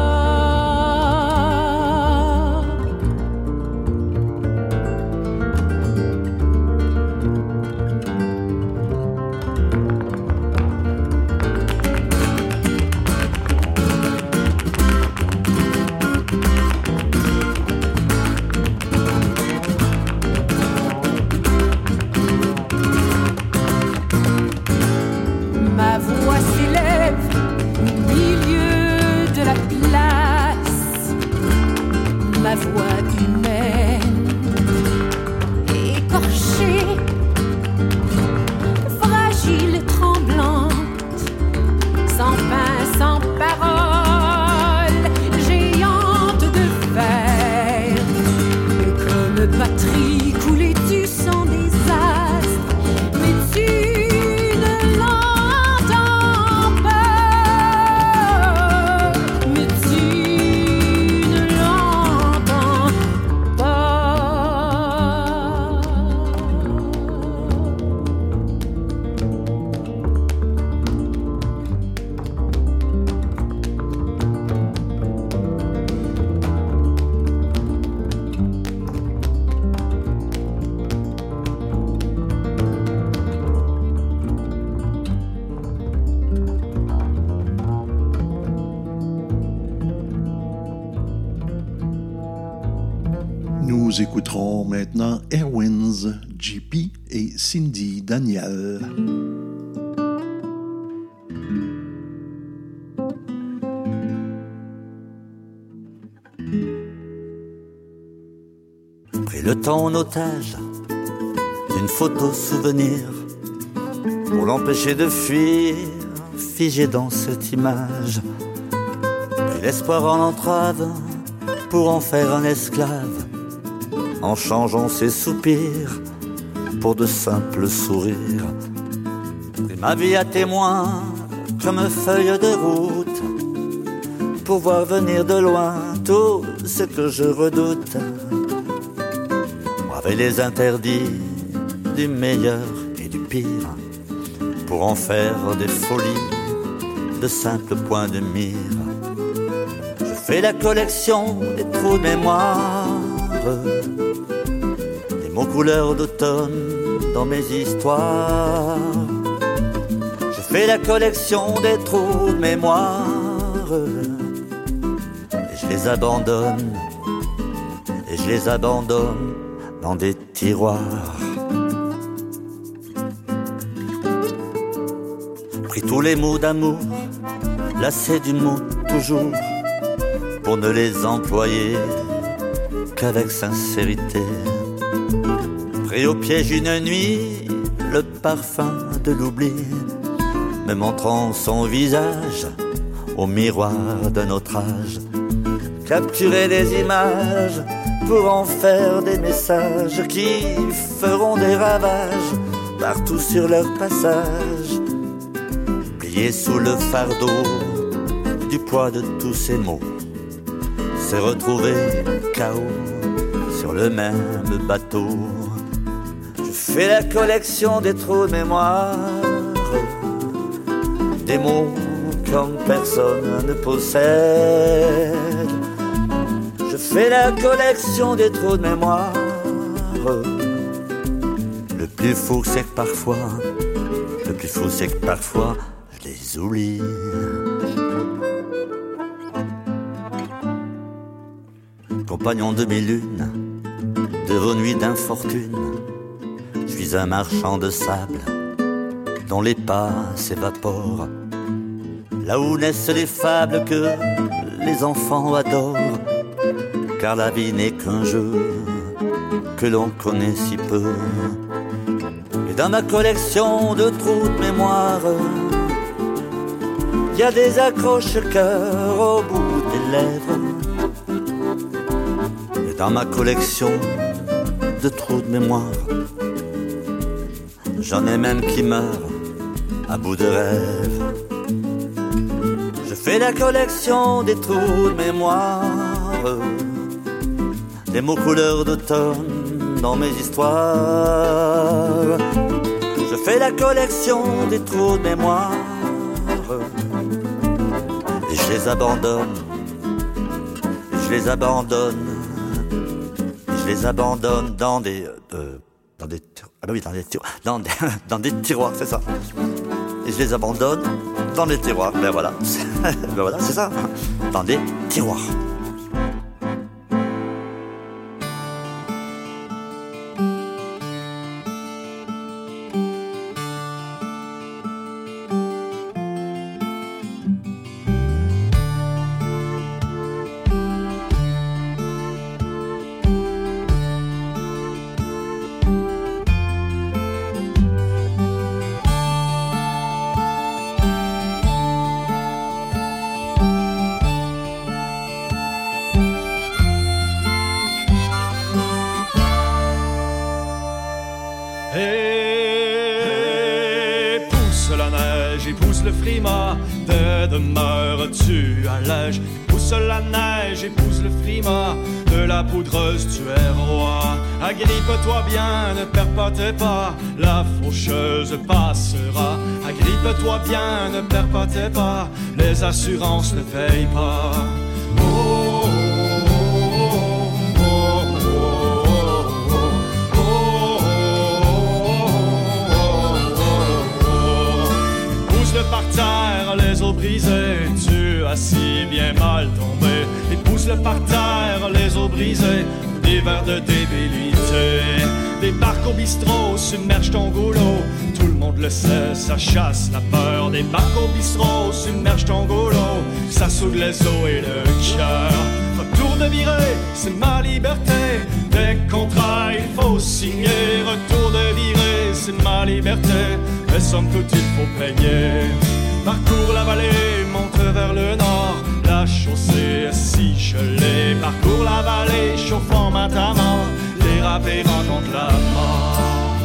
Nous écouterons maintenant Airwinds, JP et Cindy Daniel. Pris le temps en otage d'une photo souvenir pour l'empêcher de fuir, figé dans cette image. Pris l'espoir en entrave pour en faire un esclave, en changeant ses soupirs pour de simples sourires. Pris ma vie à témoin comme feuille de route pour voir venir de loin tout ce que je redoute. Braver les interdits du meilleur et du pire pour en faire des folies, de simples points de mire. Je fais la collection des trous de mémoire, des mots couleur d'automne dans mes histoires. Je fais la collection des trous de mémoire et je les abandonne, et je les abandonne dans des tiroirs. Pris tous les mots d'amour, lassé du mot toujours, pour ne les employer qu'avec sincérité. Pris au piège une nuit, le parfum de l'oubli, me montrant son visage au miroir de notre âge. Capturer des images pour en faire des messages qui feront des ravages partout sur leur passage. Plié sous le fardeau du poids de tous ces mots, c'est retrouver chaos sur le même bateau. Je fais la collection des trous de mémoire, des mots comme personne ne possède. Je fais la collection des trous de mémoire. Le plus fou c'est que parfois, le plus fou c'est que parfois je les oublie. Compagnon de mes lunes, de vos nuits d'infortune, je suis un marchand de sable dont les pas s'évaporent, là où naissent les fables que les enfants adorent. Car la vie n'est qu'un jeu que l'on connaît si peu. Et dans ma collection de trous de mémoire, il y a des accroche-cœurs au bout des lèvres. Et dans ma collection de trous de mémoire, j'en ai même qui meurent à bout de rêve. Je fais la collection des trous de mémoire, des mots couleur d'automne dans mes histoires. Je fais la collection des trous de mémoire et je les abandonne, je les abandonne, je les abandonne dans des dans des tiroirs, c'est ça. Et je les abandonne dans des tiroirs. Ben voilà, ben voilà, c'est ça, dans des tiroirs. Demeures-tu à l'âge? Pousse la neige, épouse le frima. De la poudreuse tu es roi. Agrippe-toi bien, ne perds pas tes pas. La faucheuse passera. Agrippe-toi bien, ne perds pas tes pas. Les assurances ne payent pas. Oh, par terre, les os brisés, tu as si bien mal tombé. Et pousse-le par terre, les os brisés, des verres de débilité. Débarque au bistrot, submerge ton goulot. Tout le monde le sait, ça chasse la peur. Débarque au bistrot, submerge ton goulot. Ça soude les os et le cœur. Retour de virée, c'est ma liberté. Des contrats, il faut signer. Retour de virée, c'est ma liberté. Mais somme toute, il faut payer. Parcours la vallée, monte vers le nord. La chaussée est si gelée. Parcours la vallée, chauffant main à main. Déraper rencontre la mort.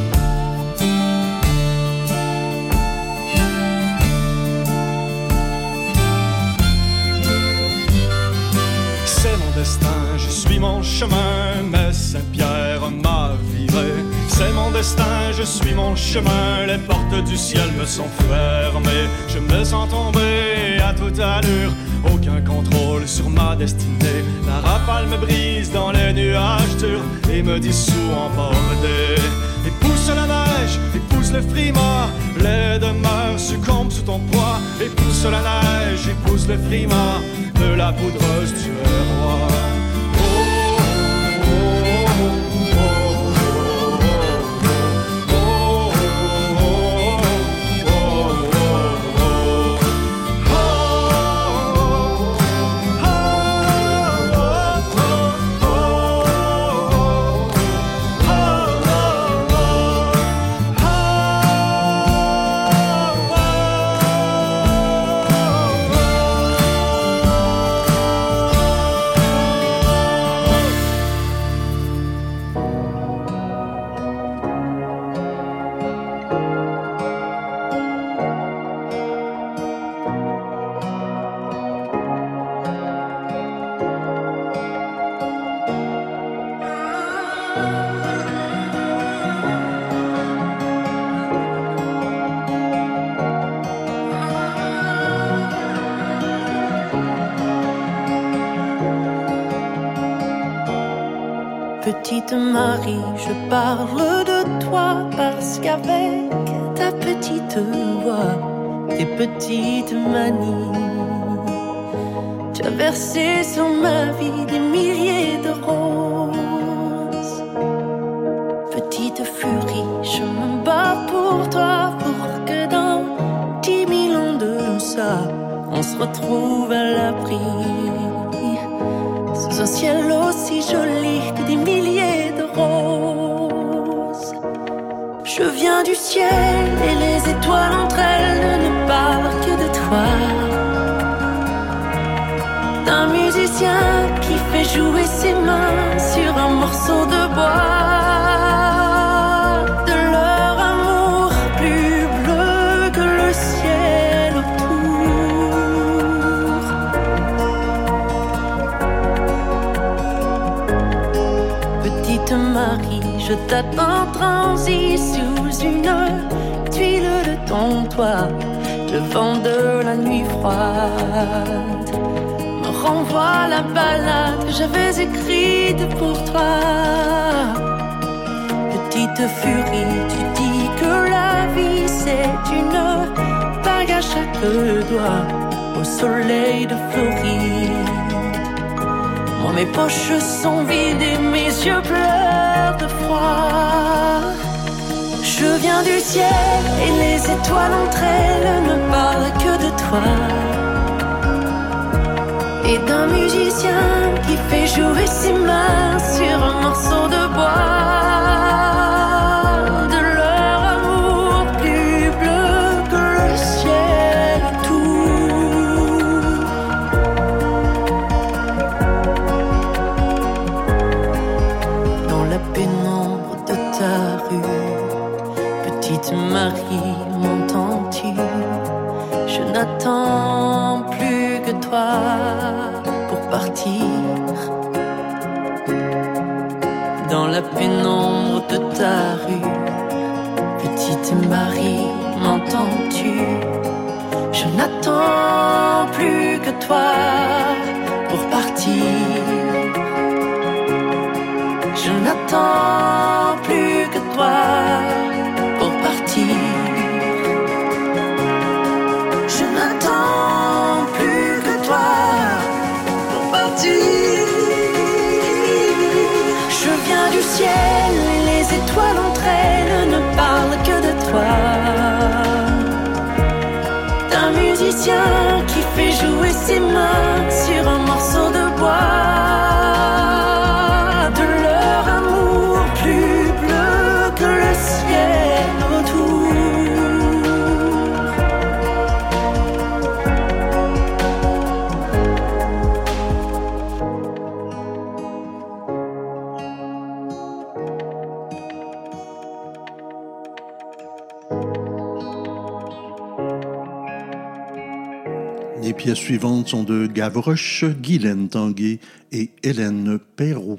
C'est mon destin, je suis mon chemin, mais Saint-Pierre m'a viré. C'est mon destin, je suis mon chemin, les portes du ciel me sont fermées. Je me sens tomber à toute allure, aucun contrôle sur ma destinée. La rafale me brise dans les nuages durs et me dissout en bordée. Et pousse la neige, et pousse le frima, les demeures succombent sous ton poids. Et pousse la neige, et pousse le frima, de la poudreuse tu es roi. Petite Marie, je parle de toi parce qu'avec ta petite voix, tes petites manies, tu as versé sur ma vie des milliers de roses. Petite furie, je me bats pour toi, pour que dans 10 000 ans de ça, on se retrouve à l'abri. Sous un ciel aussi joli que des milliers de roses. Je viens du ciel et les étoiles entre elles ne parlent que de toi. D'un musicien qui fait jouer ses mains sur un morceau de bois. De leur amour plus bleu que le ciel autour. Petite Marie, je t'attends transi sous une tuile de ton toit. Le vent de la nuit froide me renvoie la ballade que j'avais écrite pour toi. Petite furie, tu dis que la vie c'est une bague à chaque doigt au soleil de Floride. Moi mes poches sont vides et mes yeux pleurent de froid. Je viens du ciel et les étoiles entre elles ne parlent que de toi. Et d'un musicien qui fait jouer ses mains sur un morceau de bois. De leur amour plus bleu que le ciel autour. Dans la pénombre de ta rue, petite Marie, m'entends-tu? Je n'attends plus que toi pour partir. Dans la pénombre de ta rue, petite Marie, m'entends-tu? Je n'attends plus que toi pour partir. Je n'attends plus que toi pour partir. Je n'attends plus que toi pour partir. Je musicien qui fait jouer ses mains sur un morceau de bois, de leur amour plus bleu que le ciel autour. Les pièces suivantes sont de Gavroche, Guylaine Tanguay et Hélène Perrault.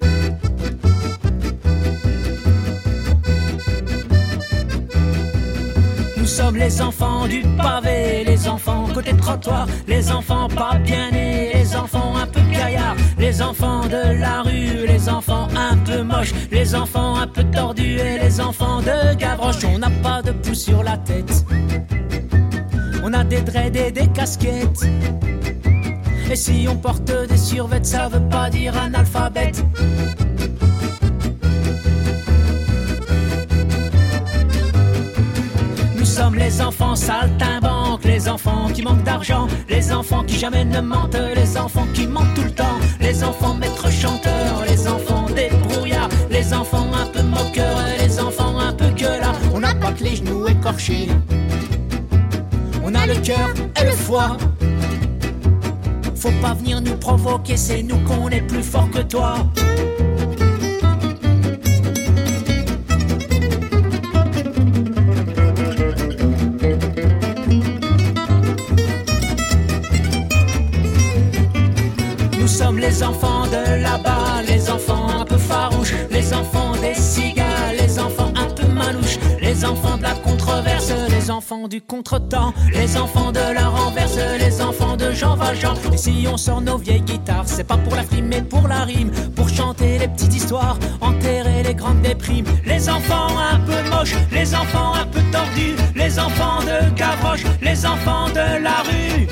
Nous sommes les enfants du pavé, les enfants côté trottoir, les enfants pas bien nés, les enfants un peu gaillards, les enfants de la rue, les enfants un peu moches, les enfants un peu tordus et les enfants de Gavroche. On n'a pas de pouce sur la tête, on a des dreads et des casquettes. Et si on porte des survêtements, ça veut pas dire analphabète. Nous sommes les enfants saltimbanques, les enfants qui manquent d'argent, les enfants qui jamais ne mentent, les enfants qui mentent tout le temps, les enfants maîtres chanteurs, les enfants débrouillards, les enfants un peu moqueurs et les enfants un peu gueulards. On n'a pas que les genoux écorchés, on a le cœur et le foie. Faut pas venir nous provoquer, c'est nous qu'on est plus fort que toi. Nous sommes les enfants de là-bas, les enfants un peu farouches, les enfants des cigales, les enfants un peu manouches, les enfants de la controverse, les enfants du contretemps, les enfants de la renverse, les enfants de Jean Valjean. Et si on sort nos vieilles guitares, c'est pas pour la frime mais pour la rime, pour chanter les petites histoires, enterrer les grandes déprimes. Les enfants un peu moches, les enfants un peu tordus, les enfants de Gavroche, les enfants de la rue.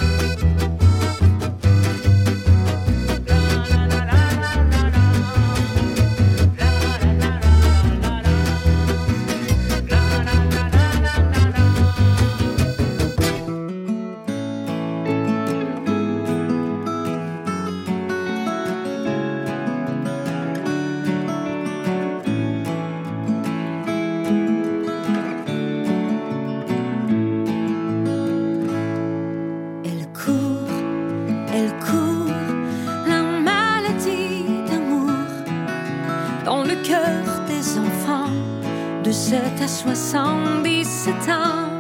De 7 à 77 ans,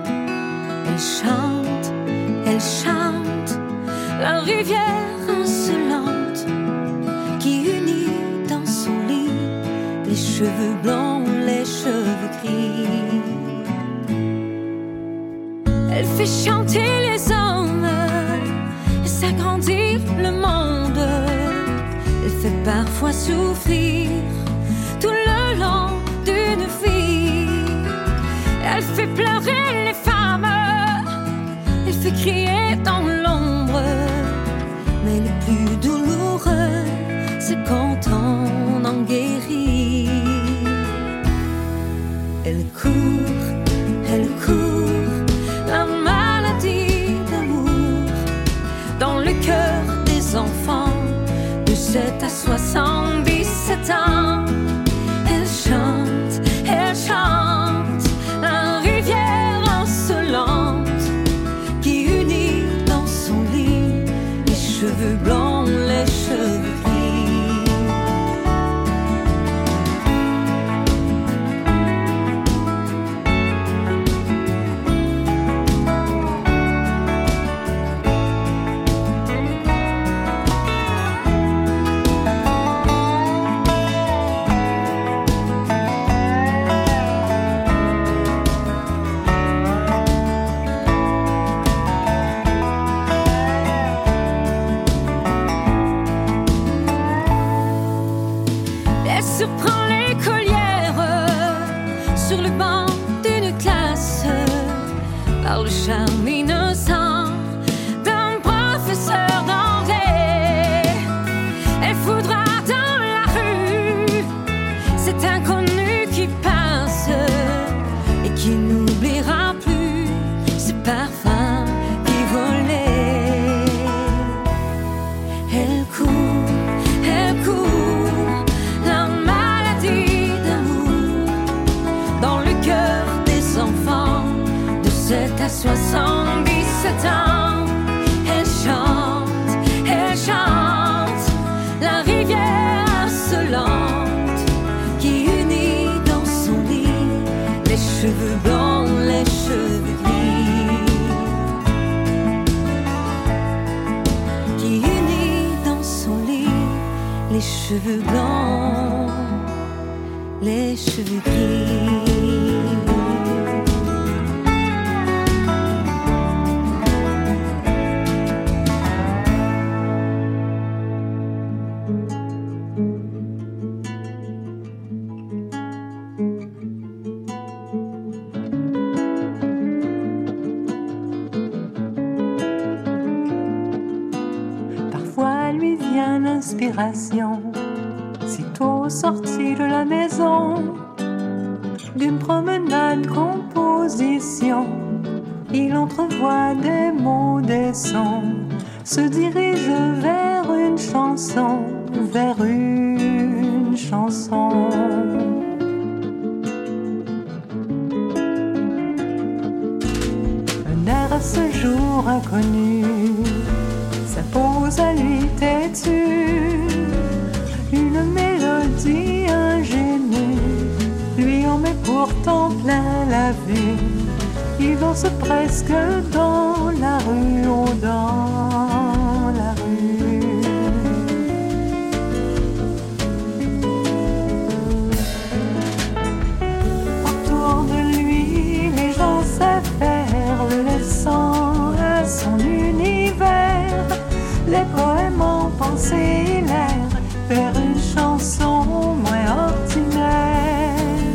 elle chante la rivière insolente qui unit dans son lit les cheveux blancs, les cheveux gris. Elle fait chanter les hommes et s'agrandir le monde. Elle fait parfois souffrir tout le long d'une vie. Elle fait pleurer les femmes, elle fait crier dans l'ombre. Mais le plus douloureux, c'est quand on en guérit. Elle court, la maladie d'amour dans le cœur des enfants de 7 à 77 ans. Elle chante la rivière insolente qui unit dans son lit les cheveux blancs, les cheveux gris. Se prend l'écolière sur le banc d'une classe par le charme innocent d'un professeur d'anglais. Elle foudra dans la rue cet inconnu qui passe et qui n'oubliera plus ses parfums qui volaient. à 77 ans. Elle chante la rivière insolente qui unit dans son lit les cheveux blancs, les cheveux gris, qui unit dans son lit les cheveux blancs, les cheveux gris. Sitôt sorti de la maison, d'une promenade composition, il entrevoit des mots, des sons, se dirige vers une chanson, vers une chanson. Un air à ce jour inconnu s'impose à lui têtu. Une mélodie ingénue lui en met pourtant plein la vue. Il danse presque dans la rue, oh dans la rue. Autour de lui, les gens s'affairent, le laissant à son univers. Les poèmes en pensée, l'air vers une chanson moins ordinaire.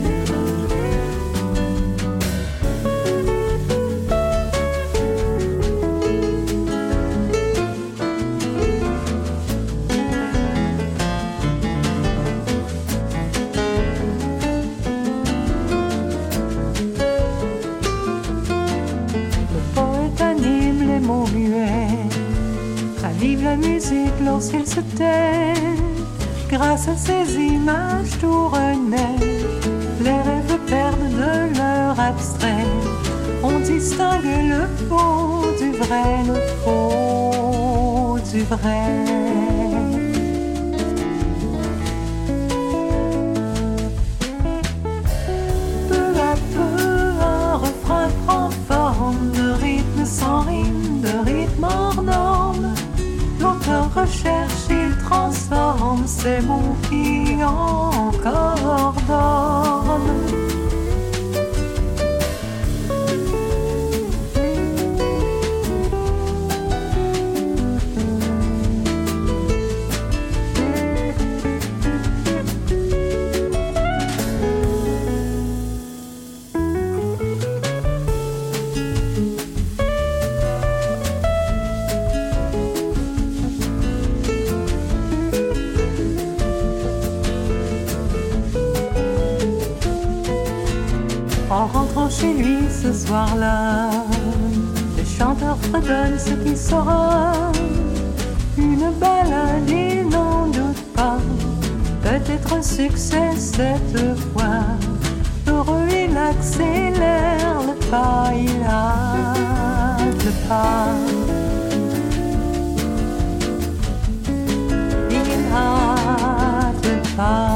Le poète anime les mots muets, ravive la musique lorsqu'il se tait. Grâce à ces images tournées, les rêves perdent de leur abstrait. On distingue le faux du vrai, le faux du vrai. Peu à peu, un refrain prend forme, de rythme sans rime, de rythme hors norme. L'auteur recherche, il transforme ces mots qui encore dorment. En rentrant chez lui ce soir-là, le chanteur fredonne ce qui sera une balade, il n'en doute pas, peut-être un succès cette fois. Heureux, il accélère le pas, il hâte le pas. Il hâte le pas.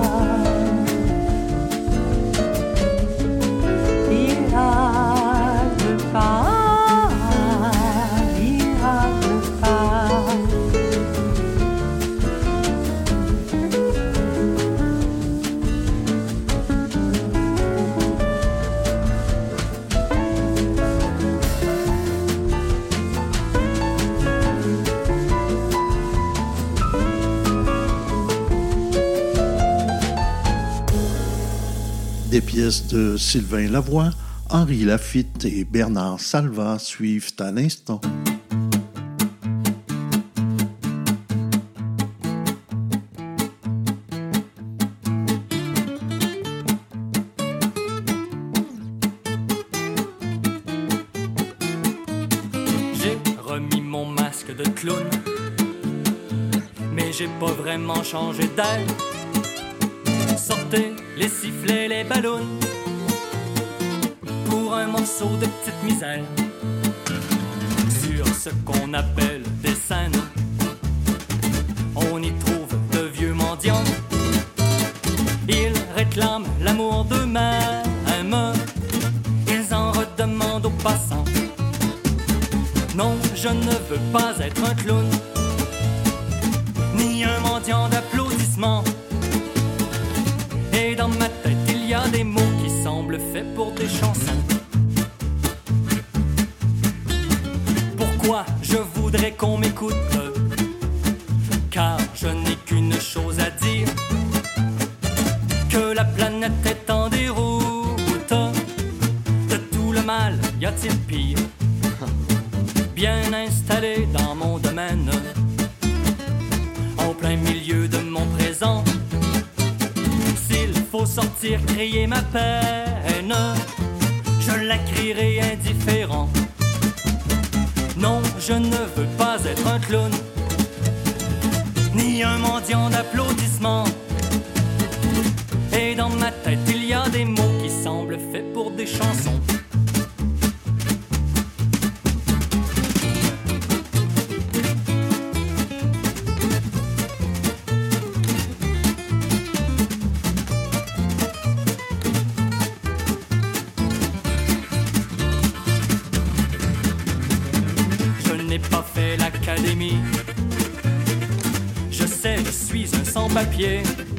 Des pièces de Sylvain Lavoie, Henri Laffitte et Bernard Salva suivent à l'instant. J'ai remis mon masque de clown, mais j'ai pas vraiment changé d'air. Sortez les sifflets, les ballons, pour pour un morceau de petite misère. Sur ce qu'on appelle des scènes, on y trouve de vieux mendiants. Ils réclament l'amour d'eux-mêmes, ils en redemandent aux passants. Non, je ne veux pas être un clown, ni un mendiant d'applaudissements. Et dans ma tête, il y a des mots qui semblent faits pour des chansons. Pourquoi je voudrais qu'on m'écoute? Car je n'ai qu'une chose à dire, que la planète est en déroute. De tout le mal, y a-t-il pire? Bien installé dans mon domaine, en plein milieu de mon présent. S'il faut sortir crier ma peine, je la crierai indifférent. Non, je ne veux pas être un clown, ni un mendiant d'applaudissements. Et dans ma tête, il y a des mots qui semblent faits pour des chansons. Je sais, je suis un sans-papier,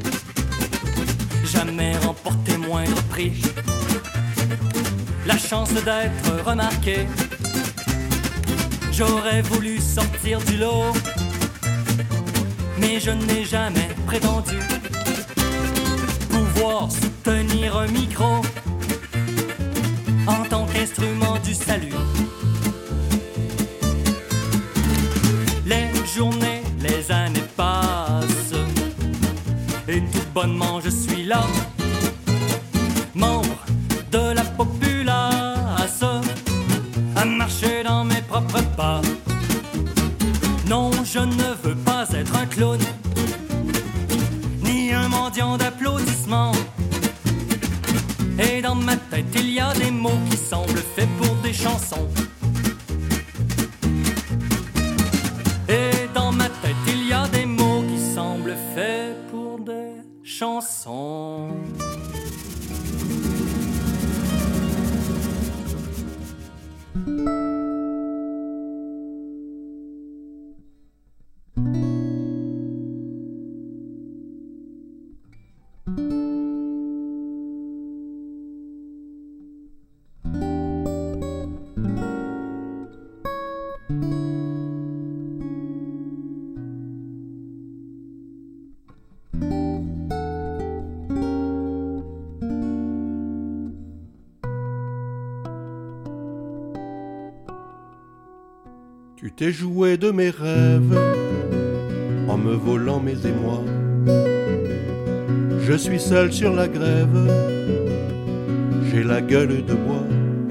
jamais remporté moindre prix, la chance d'être remarqué. J'aurais voulu sortir du lot, mais je n'ai jamais prétendu pouvoir soutenir un micro en tant qu'instrument du salut. Les journées, les années passent, et tout bonnement je suis là, membre de la populace, à marcher dans mes propres pas. Non, je ne veux pas être un clown, ni un mendiant d'applaudissements. Et dans ma tête, il y a des mots qui semblent faits pour des chansons. Et dans ma tête, il y a des mots qui semblent faits pour des chansons. Tu t'es joué de mes rêves en me volant mes émois. Je suis seul sur la grève, j'ai la gueule de bois.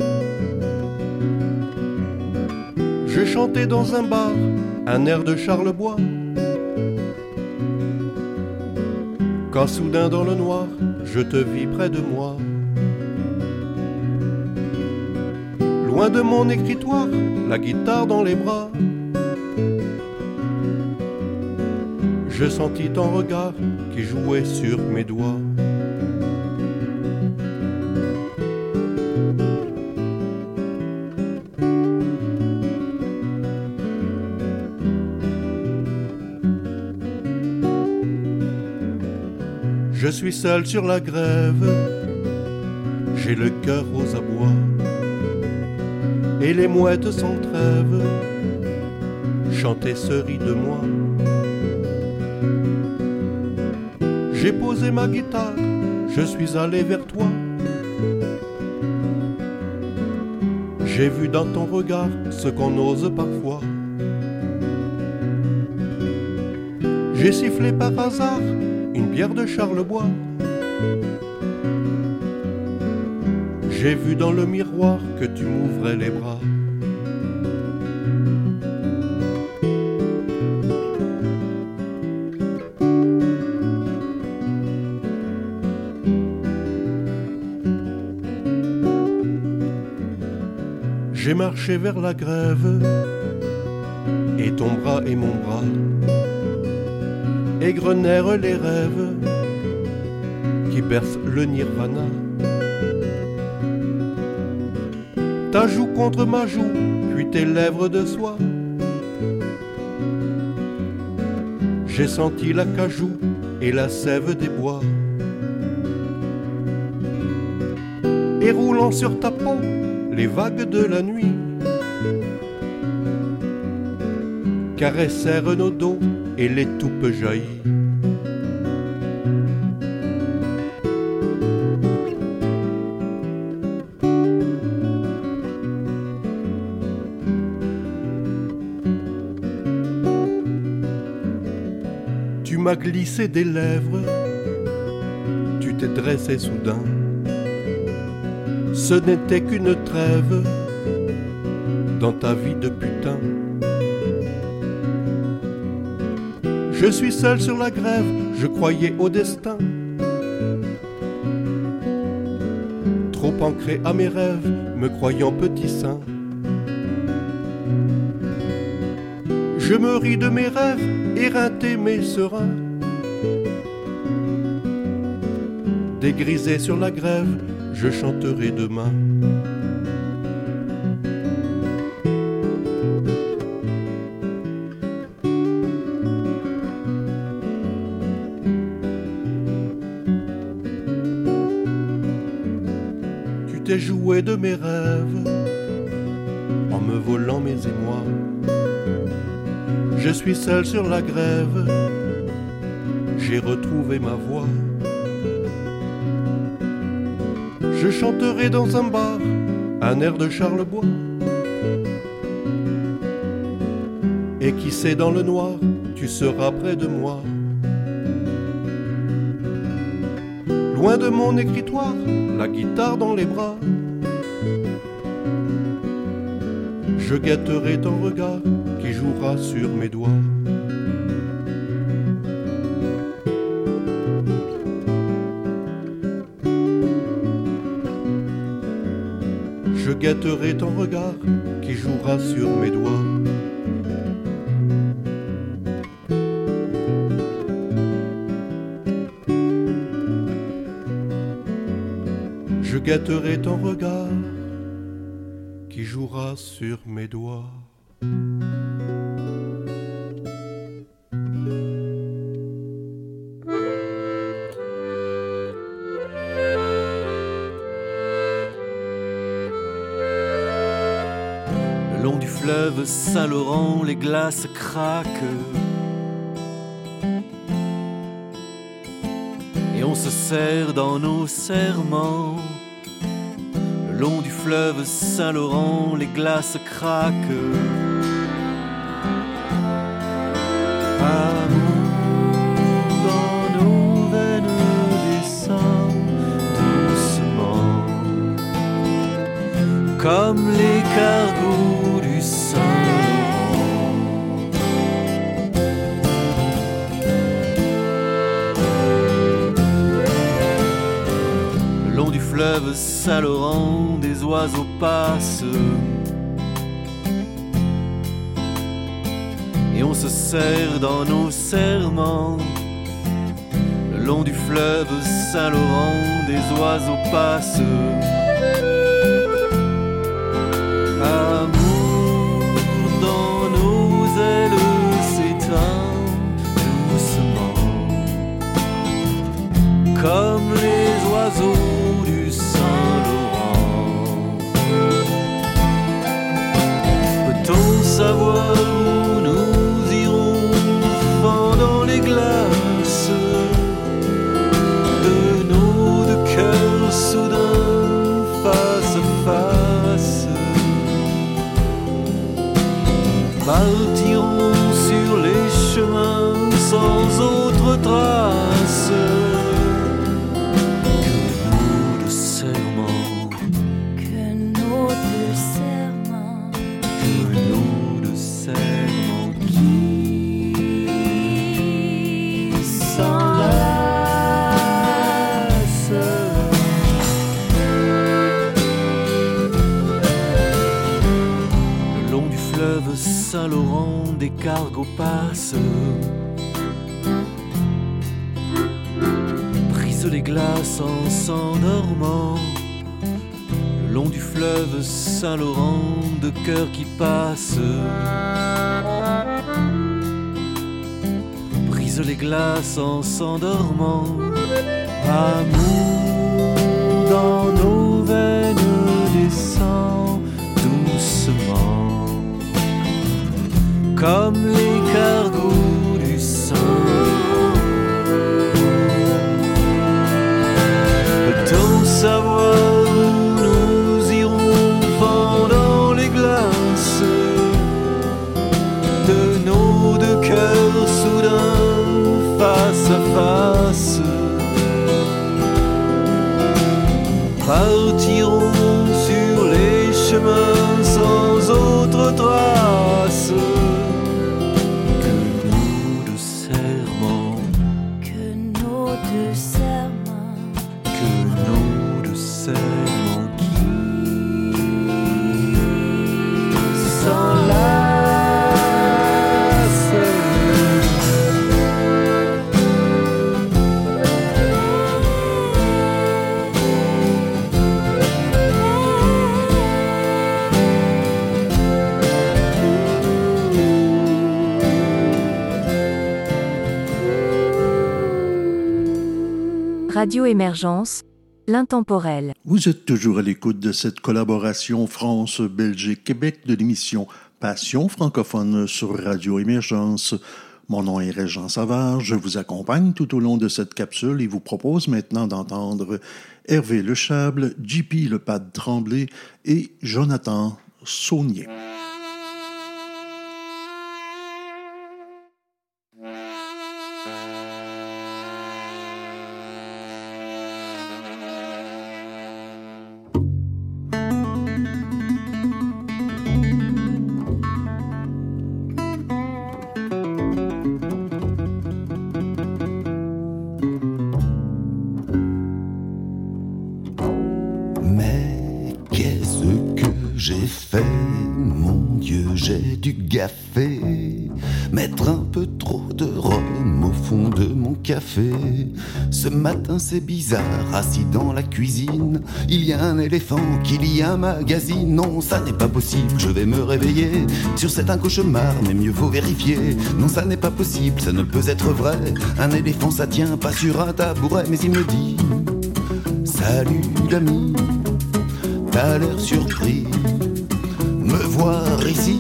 Je chantais dans un bar un air de Charlebois, quand soudain dans le noir je te vis près de moi. Loin de mon écritoire, la guitare dans les bras, je sentis ton regard qui jouait sur mes doigts. Je suis seul sur la grève, j'ai le cœur aux abois, et les mouettes sans trêve chantaient ce riz de moi. J'ai posé ma guitare, je suis allé vers toi. J'ai vu dans ton regard ce qu'on ose parfois. J'ai sifflé par hasard une bière de Charlebois. J'ai vu dans le miroir que tu m'ouvrais les bras. J'ai marché vers la grève, et ton bras et mon bras égrenèrent les rêves qui bercent le nirvana. Ta joue contre ma joue, puis tes lèvres de soie. J'ai senti la cajou et la sève des bois. Et roulant sur ta peau, les vagues de la nuit caressèrent nos dos et les toupes jaillies. Tu m'as glissé des lèvres, tu t'es dressé soudain. Ce n'était qu'une trêve dans ta vie de putain. Je suis seul sur la grève, je croyais au destin. Trop ancré à mes rêves, me croyant petit saint. Je me ris de mes rêves, éreinté mais serein. Dégrisé sur la grève, je chanterai demain. Tu t'es joué de mes rêves en me volant mes émois. Je suis seul sur la grève, j'ai retrouvé ma voix. Je chanterai dans un bar un air de Charlebois. Et qui sait, dans le noir, tu seras près de moi. Loin de mon écritoire, la guitare dans les bras. Je guetterai ton regard qui jouera sur mes doigts. Je guetterai ton regard qui jouera sur mes doigts. Je guetterai ton regard qui jouera sur mes doigts. Le long du fleuve Saint-Laurent, les glaces craquent. Et on se serre dans nos serments. Le long du fleuve Saint-Laurent, les glaces craquent. Amour dans nos veines descend doucement, comme les cargos du Saint-Laurent. Le long du fleuve Saint-Laurent, des oiseaux passent. Et on se serre dans nos serments. Le long du fleuve Saint-Laurent, des oiseaux passent. Amour dans nos ailes s'éteint doucement, comme les oiseaux du Saint-Laurent. Peut-on savoir où nous irons pendant les glaces de nos deux cœurs soudains face à face? Partirons sur les chemins sans autre trace que nos deux serments, que nos deux serments, que nos deux serments qui s'enlacent. fleuve Saint-Laurent, des cargos passent. Brise les glaces en s'endormant. Le long du fleuve Saint-Laurent, de cœurs qui passent. Brise les glaces en s'endormant. Amour dans nos veines descend doucement, comme les cargos du sang. Peut-on savoir où nous irons pendant les glaces de nos deux cœurs soudains face à face? Partirons sur les chemins sans autre trace que nos deux serments, Que nos deux serments, que nos deux serments qui s'enlacent. Radio Émergence, l'intemporel. Vous êtes toujours à l'écoute de cette collaboration France-Belgique-Québec de l'émission Passion francophone sur Radio Émergence. Mon nom est Régent Savard, je vous accompagne tout au long de cette capsule et vous propose maintenant d'entendre Hervé Lechable, JP Lepad Tremblay et Jonathan Saunier. Mettre un peu trop de rhum au fond de mon café. Ce matin c'est bizarre, assis dans la cuisine, il y a un éléphant qui lit un magazine. Non, ça n'est pas possible, je vais me réveiller sur cet un cauchemar, mais mieux vaut vérifier. Non, ça n'est pas possible, ça ne peut être vrai. Un éléphant ça tient pas sur un tabouret, mais il me dit: salut l'ami, t'as l'air surpris, me voir ici.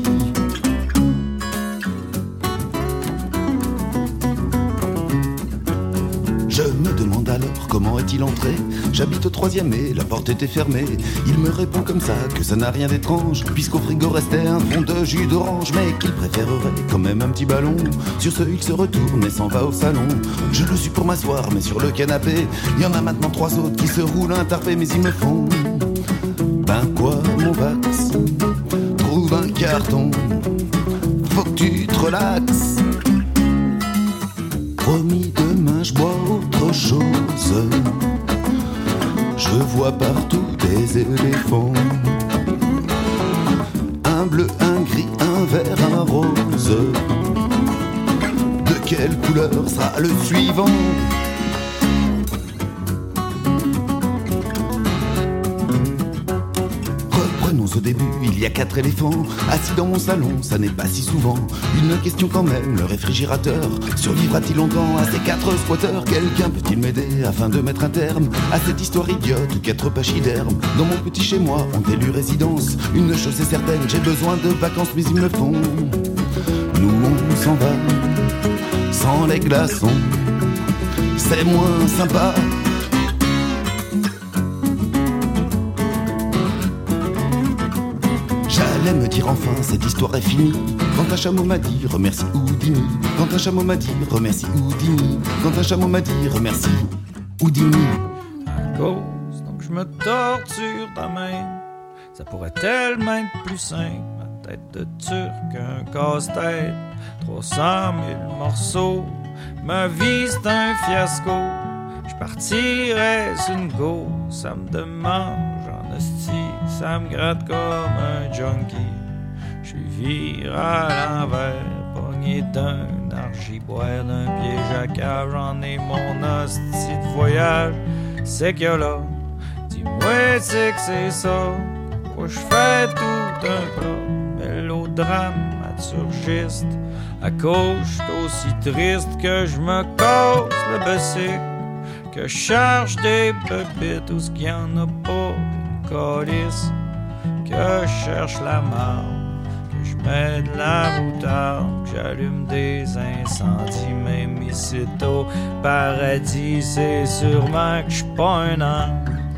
Je me demande alors comment est-il entré. J'habite au 3e et la porte était fermée. Il me répond comme ça que ça n'a rien d'étrange, puisqu'au frigo restait un fond de jus d'orange, mais qu'il préférerait quand même un petit ballon. Sur ce il se retourne et s'en va au salon. Je le suis pour m'asseoir mais sur le canapé, il y en a maintenant 3 autres qui se roulent un tarpé. Mais ils me font: ben quoi mon Vax, trouve un carton, faut que tu te relaxes. Promis, demain je bois autre chose. Je vois partout des éléphants, un bleu, un gris, un vert, un rose. De quelle couleur sera le suivant? Au début, il y a 4 éléphants assis dans mon salon, ça n'est pas si souvent. Une question quand même, le réfrigérateur survivra-t-il longtemps à ces 4 squatteurs? Quelqu'un peut-il m'aider afin de mettre un terme à cette histoire idiote où 4 pachydermes dans mon petit chez-moi ont élu résidence? Une chose est certaine, j'ai besoin de vacances, mais ils me font: nous on s'en va sans les glaçons, c'est moins sympa. J'allais me dire enfin cette histoire est finie, quand un chameau m'a dit remercie Houdini. Quand un chameau m'a dit remercie Houdini. Quand un chameau m'a dit remercie Houdini. À cause, donc je me torture ta main. Ça pourrait tellement être plus simple. Ma tête de turc, un casse-tête, 300 000 morceaux. Ma vie c'est un fiasco. Je partirais sur une go, ça me demande en hostie, ça me gratte comme un junkie. Je J'suis viré à l'envers, pogné d'un argiboire, d'un piège à cave. J'en ai mon hostie de voyage, c'est que là, dis-moi c'est que c'est ça. Pourquoi j'fais tout un plat, mélodrame maturgiste. À cause, j'suis aussi triste que j'me casse le bessic, que j'charge des bébites où c'qu'il y en a pas une calisse, que j'cherche la marde, que j'mets de la moutarde, que j'allume des incendies, même ici au paradis, c'est sûrement que j'suis pas un âne.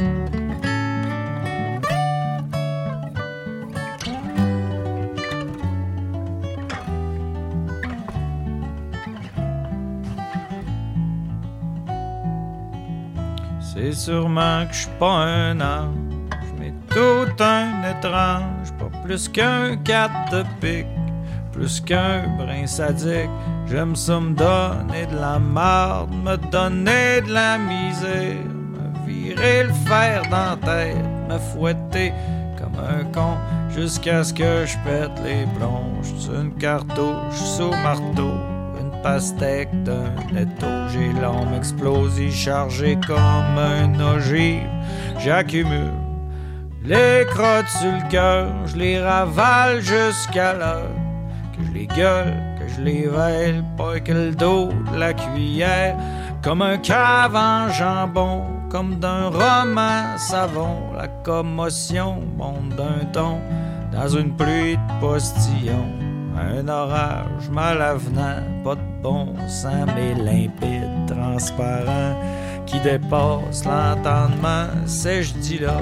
C'est sûrement que j'suis pas un ange, mais tout un étrange, pas plus qu'un 4 de pique, plus qu'un brin sadique. J'aime ça me donner de la marde, me donner de la misère, me virer le fer dans la tête, me fouetter comme un con, jusqu'à ce que je pète les plombs. J'suis une cartouche sous marteau, pastèque d'un étau, j'ai l'âme explosée, chargée comme un ogive. J'accumule les crottes sur le cœur, je les ravale jusqu'à l'heure que je les gueule, que je les vèle, pas que le dos de la cuillère, comme un cave en jambon, comme d'un roman savon. La commotion monte d'un ton dans une pluie de postillons. Un orage mal avenant, pas de bon sang, mais limpide, transparent, qui dépasse l'entendement, c'est je dis là.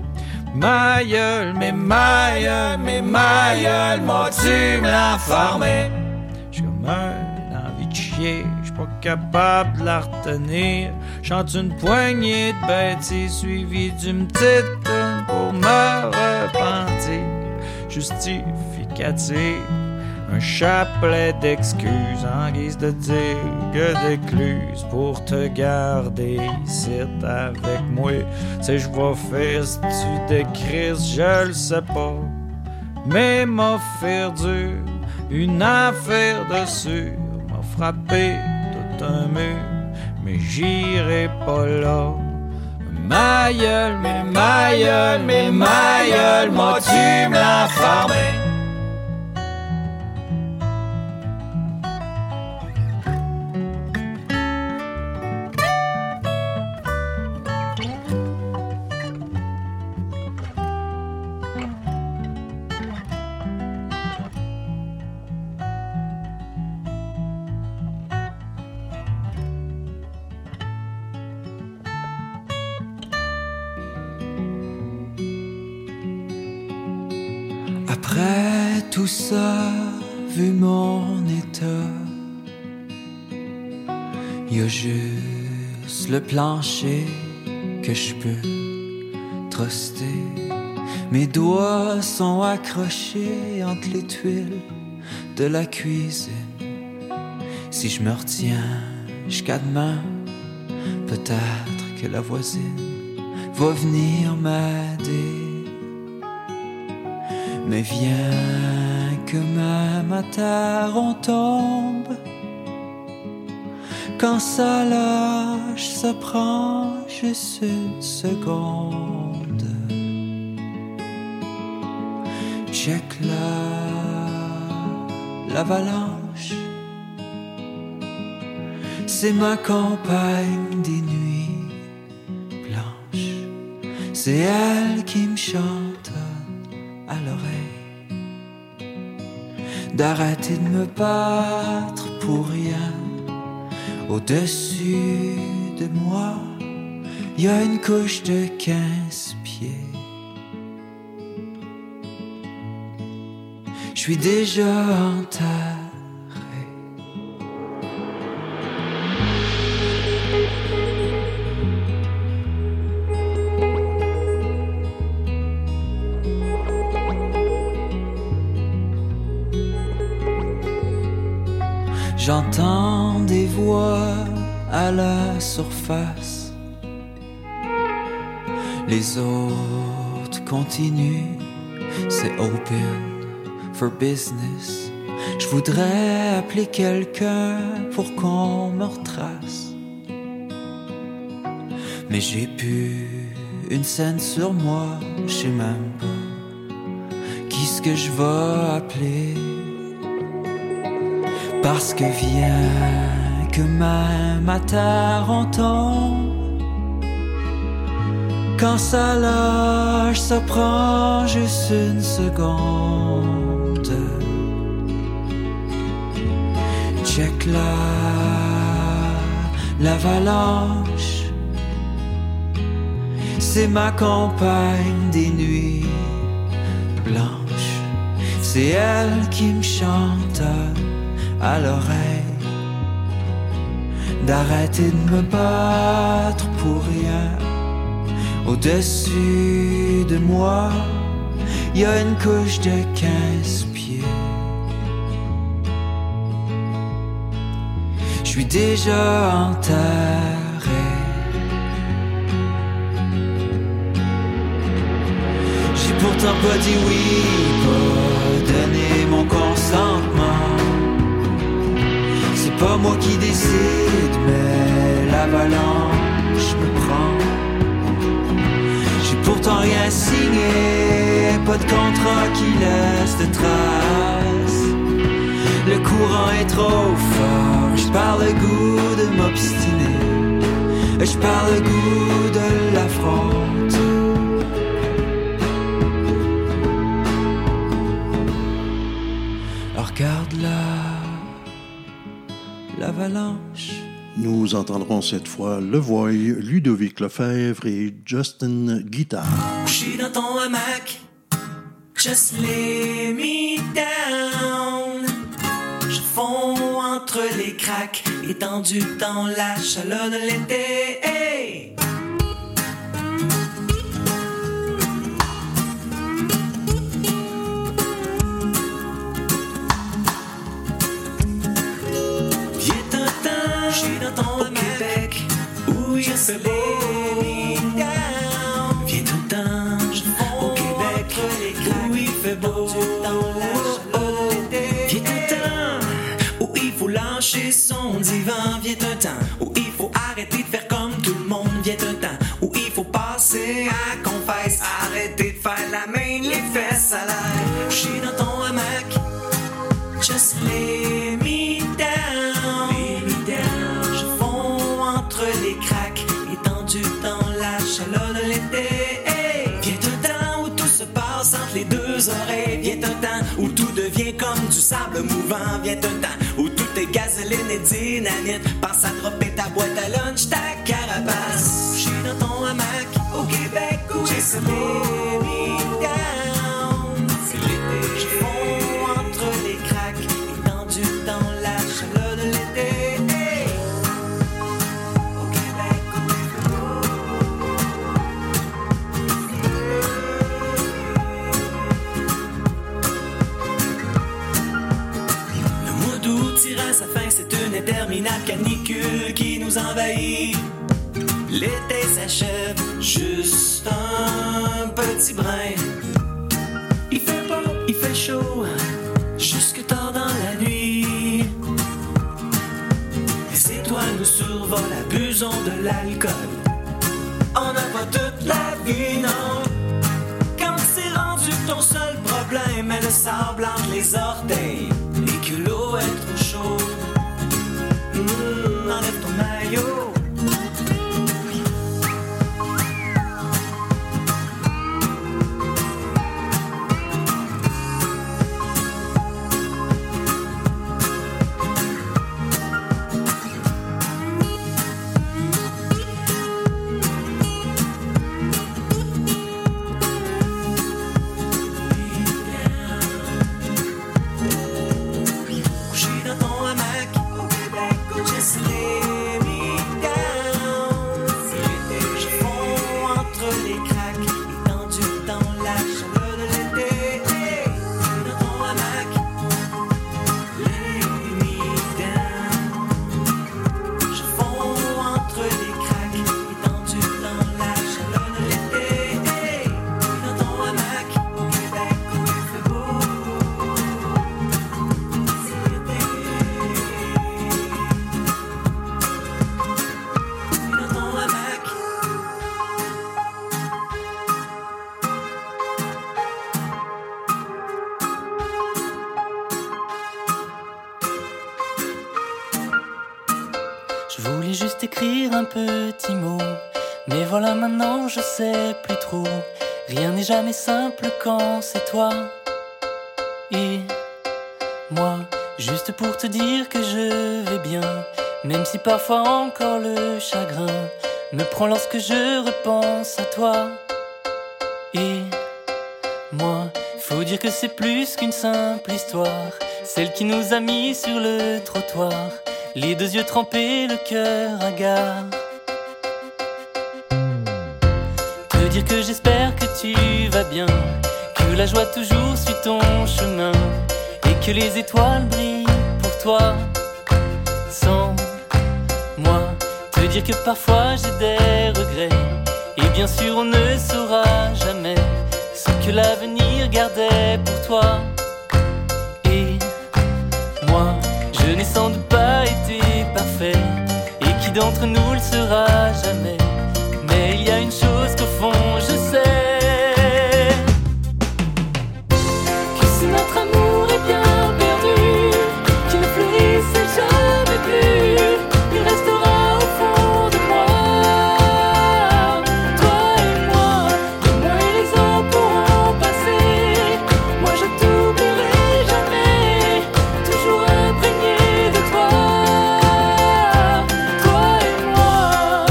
Ma gueule, mais ma gueule, mais ma gueule, m'as-tu me l'enfermé? J'suis comme un envie de chier, j'suis pas capable de la retenir. Chante une poignée de bêtises suivies d'une petite tune pour me repentir. Justificatif. Un chapelet d'excuses en guise de dire que d'écluse pour te garder ici avec moi. C'est je vais faire si tu décrises, je le sais pas. Mais m'a fait dur, une affaire de sûr, m'a frappé tout un mur, mais j'irai pas là. Ma gueule, mais ma gueule, mais ma gueule, m'as-tu me l'enfermé? Après tout ça, vu mon état, y a juste le plancher que je peux truster. Mes doigts sont accrochés entre les tuiles de la cuisine. Si je me retiens jusqu'à demain, peut-être que la voisine va venir m'aider. Mais viens que même à terre on tombe. Quand ça lâche, ça prend juste une seconde. Check l'avalanche. C'est ma compagne des nuits blanches. C'est elle qui me chante à l'oreille d'arrêter de me battre pour rien. Au-dessus de moi, y a une couche de 15 pieds. Je suis déjà enterré. J'entends des voix à la surface. Les autres continuent, c'est open for business. Je voudrais appeler quelqu'un pour qu'on me retrace. Mais j'ai plus une scène sur moi, je sais même pas qui ce que je vais appeler. Parce que vient que même à terre on tombe. Quand ça lâche, ça prend juste une seconde. Check là, l'avalanche. C'est ma compagne des nuits blanches. C'est elle qui me chante à l'oreille d'arrêter de me battre pour rien. Au-dessus de moi, y a une couche de 15 pieds. Je suis déjà enterré. J'ai pourtant pas dit oui, pas donné mon consentement. C'est pas moi qui décide, mais l'avalanche me prend. J'ai pourtant rien signé, pas de contrat qui laisse de traces. Le courant est trop fort, j'parle le goût de m'obstiner. J'parle le goût de l'affronte. Regarde là, l'avalanche. Nous entendrons cette fois Le Voile, Ludovic Lefebvre et Justin Guitar. Couché dans ton hamac, just lay me down. Je fonds entre les craques, étendu dans la chaleur de l'été. Hey! Se lay me down. Viens tout le temps, au Québec, où il fait beau, dans la chaleur de l'été. Viens tout le temps, où il faut lâcher son divan. Viens un temps, où il faut arrêter de faire comme tout le monde. Viens un temps, où il faut passer à confesse. Arrêter de faire la main, les fesses à l'air. Couché dans ton hamac, just lay me down. Lay me down. Je fonds entre les craques, dans la chaleur de l'été. Hey! Vient un temps où tout se passe entre les deux oreilles. Vient un temps où tout devient comme du sable mouvant. Vient un temps où tout est gasoline et dynamite. Pense à dropper ta boîte à lunch, ta carapace. Couché dans ton hamac, au Québec où j'ai se lay me down. C'est l'été. Je fonds entre les craques, étendu dans la chaleur de l'été. Tire à sa fin, c'est une interminable canicule qui nous envahit. L'été s'achève, juste un petit brin. Il fait beau, il fait chaud, jusque tard dans la nuit. Les étoiles nous survolent, abusons de l'alcool. On n'a pas toute la vie, non. Quand c'est rendu ton seul problème est le sable entre les orteils et que l'eau est trop chaude. Enlève ton maillot. Just lay me down. je voulais juste écrire un petit mot. Mais voilà maintenant je sais plus trop. Rien n'est jamais simple quand c'est toi et moi. Juste pour te dire que je vais bien, même si parfois encore le chagrin me prend lorsque je repense à toi et moi. Faut dire que c'est plus qu'une simple histoire, celle qui nous a mis sur le trottoir, les deux yeux trempés, le cœur hagard. Te dire que j'espère que tu vas bien, que la joie toujours suit ton chemin et que les étoiles brillent pour toi sans moi. Te dire que parfois j'ai des regrets et bien sûr on ne saura jamais ce que l'avenir gardait pour toi et moi. Je n'ai sans doute pas été parfait et qui d'entre nous le sera jamais, mais il y a une chose qu'au fond je sais, que si notre amour est bien perdu, qu'il ne fleurisse jamais plus, il restera au fond de moi. Toi et moi, les mois et les ans pourront passer, moi je t'oublierai jamais, toujours imprégné de toi. Toi et moi.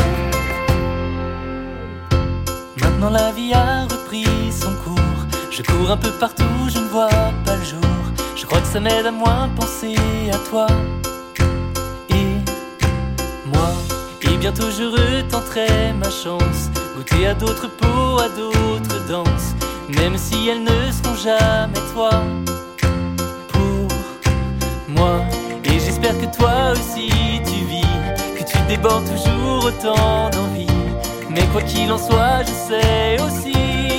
Maintenant la vie a repris son cours, je cours un peu partout, je ne vois pas le jour. Je crois que ça m'aide à moins penser à toi et moi. Et bientôt je retenterai ma chance, goûter à d'autres peaux, à d'autres danses, même si elles ne seront jamais toi pour moi. Et j'espère que toi aussi tu vis, que tu débordes toujours autant d'envie, mais quoi qu'il en soit je sais aussi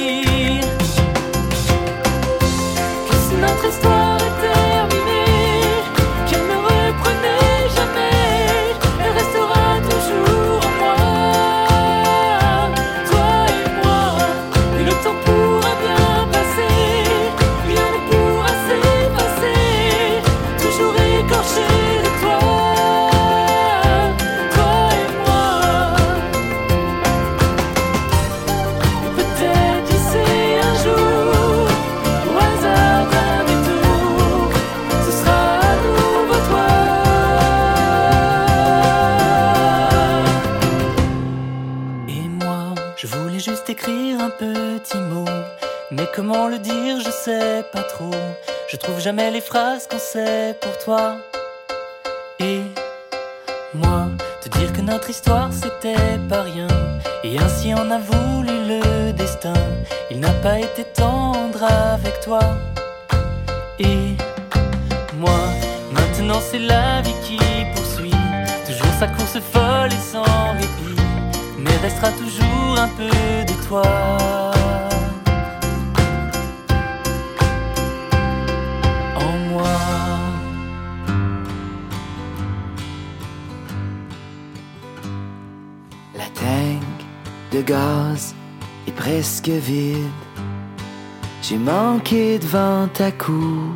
que si notre histoire est terminée, qu'elle ne reprenait jamais, elle restera toujours en moi. Toi et moi, et le temps pourra bien passer, rien ne pourra s'effacer, toujours écorché de toi. Toi et moi. Peut-être qui sait un jour, au hasard d'un détour, ce sera à nouveau toi. Et moi, je voulais juste écrire un petit mot, mais comment le dire, je sais pas trop. Je trouve jamais les phrases quand c'est pour toi et moi. Te dire que notre histoire c'était pas rien, et ainsi en a voulu le destin. Il n'a pas été tendre avec toi et moi. Maintenant c'est la vie qui poursuit toujours sa course folle et sans répit, mais restera toujours un peu de toi en moi. La tank de gaz est presque vide. J'ai manqué devant ta cour.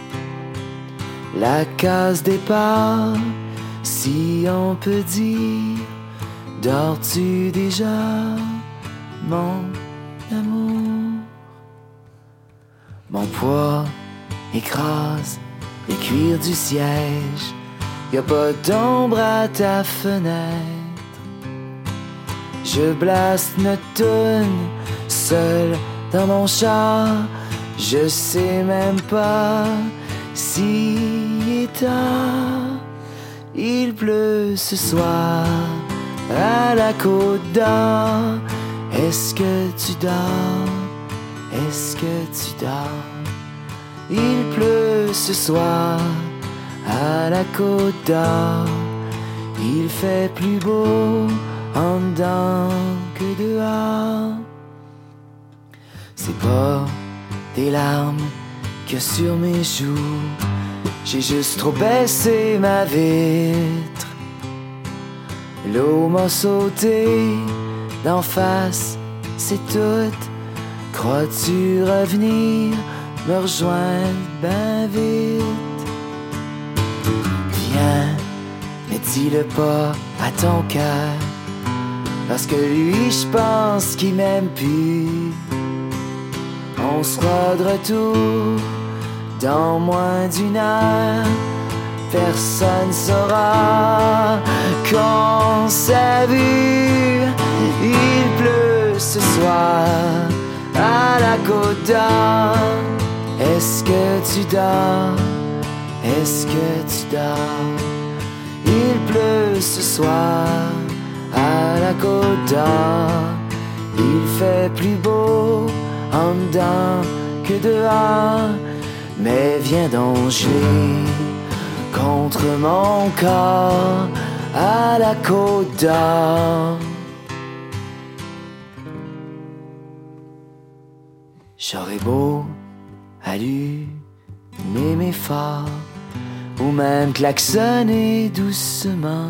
La case départ, si on peut dire. Dors-tu déjà, mon amour? Mon poids écrase les cuirs du siège. Y'a pas d'ombre à ta fenêtre. Je blaste notre tune seul dans mon char. Je sais même pas s'il est tard. Il pleut ce soir à la Côte d'Or. Est-ce que tu dors? Est-ce que tu dors? Il pleut ce soir à la Côte d'Or. Il fait plus beau en dedans que dehors. C'est pas des larmes que sur mes joues. J'ai juste trop baissé ma vitre. L'eau m'a sauté d'en face, c'est tout. Crois-tu revenir me rejoindre ben vite? Viens, mais dis-le pas à ton cœur, parce que lui, je pense qu'il m'aime plus. On sera de retour dans moins d'une heure. Personne saura qu'on s'est vu. Il pleut ce soir à la Côte d'Or. Est-ce que tu dors? Est-ce que tu dors? Il pleut ce soir à la Côte d'Or. Il fait plus beau en dedans que dehors. Mais viens donc geler contre mon corps à la Côte d'Or. J'aurais beau allumer mes phares ou même klaxonner doucement,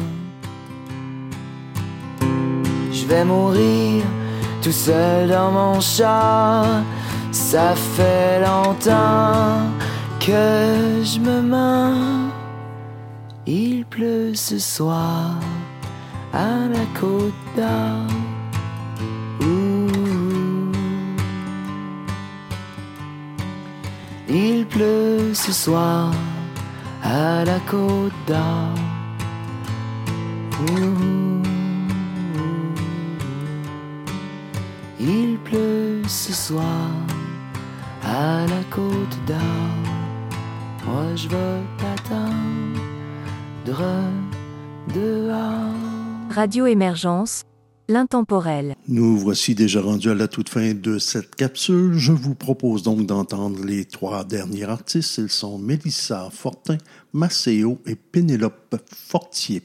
je vais mourir tout seul dans mon char. Ça fait longtemps que je me mens. Il pleut ce soir à la Côte d'Or. Il pleut ce soir à la Côte d'Or. Il pleut ce soir à la Côte d'Or. Moi je veux t'attendre dehors. Radio Émergence, l'intemporel. Nous voici déjà rendus à la toute fin de cette capsule. Je vous propose donc d'entendre les 3 derniers artistes. Ils sont Mélissa Fortin, Maceo et Pénélope Fortier.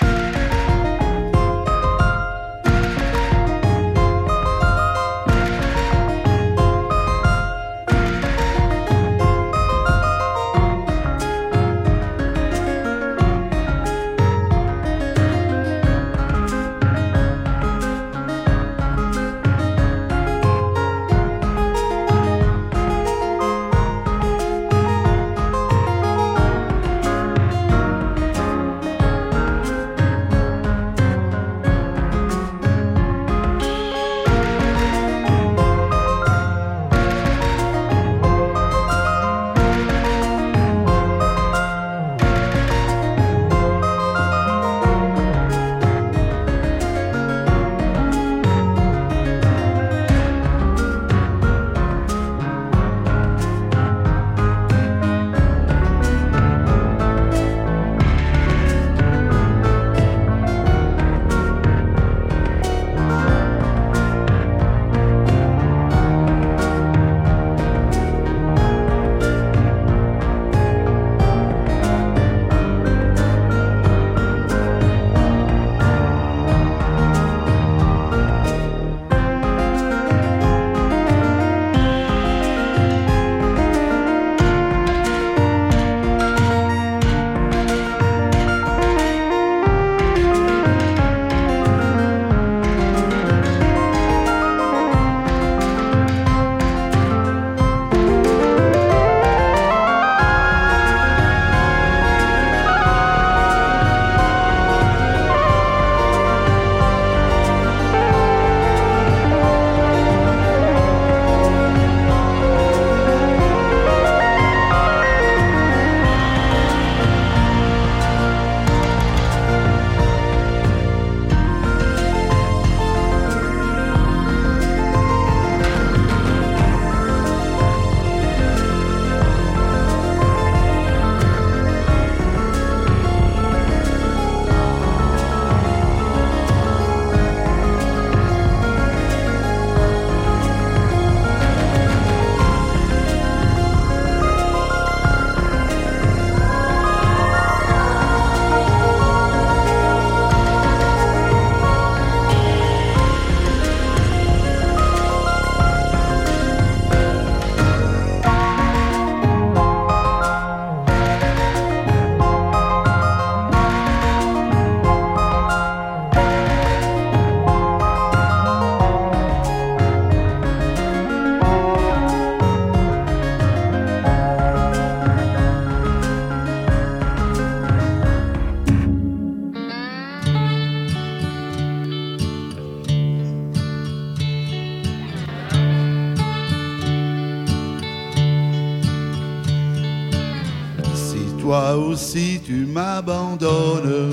toi aussi tu m'abandonnes,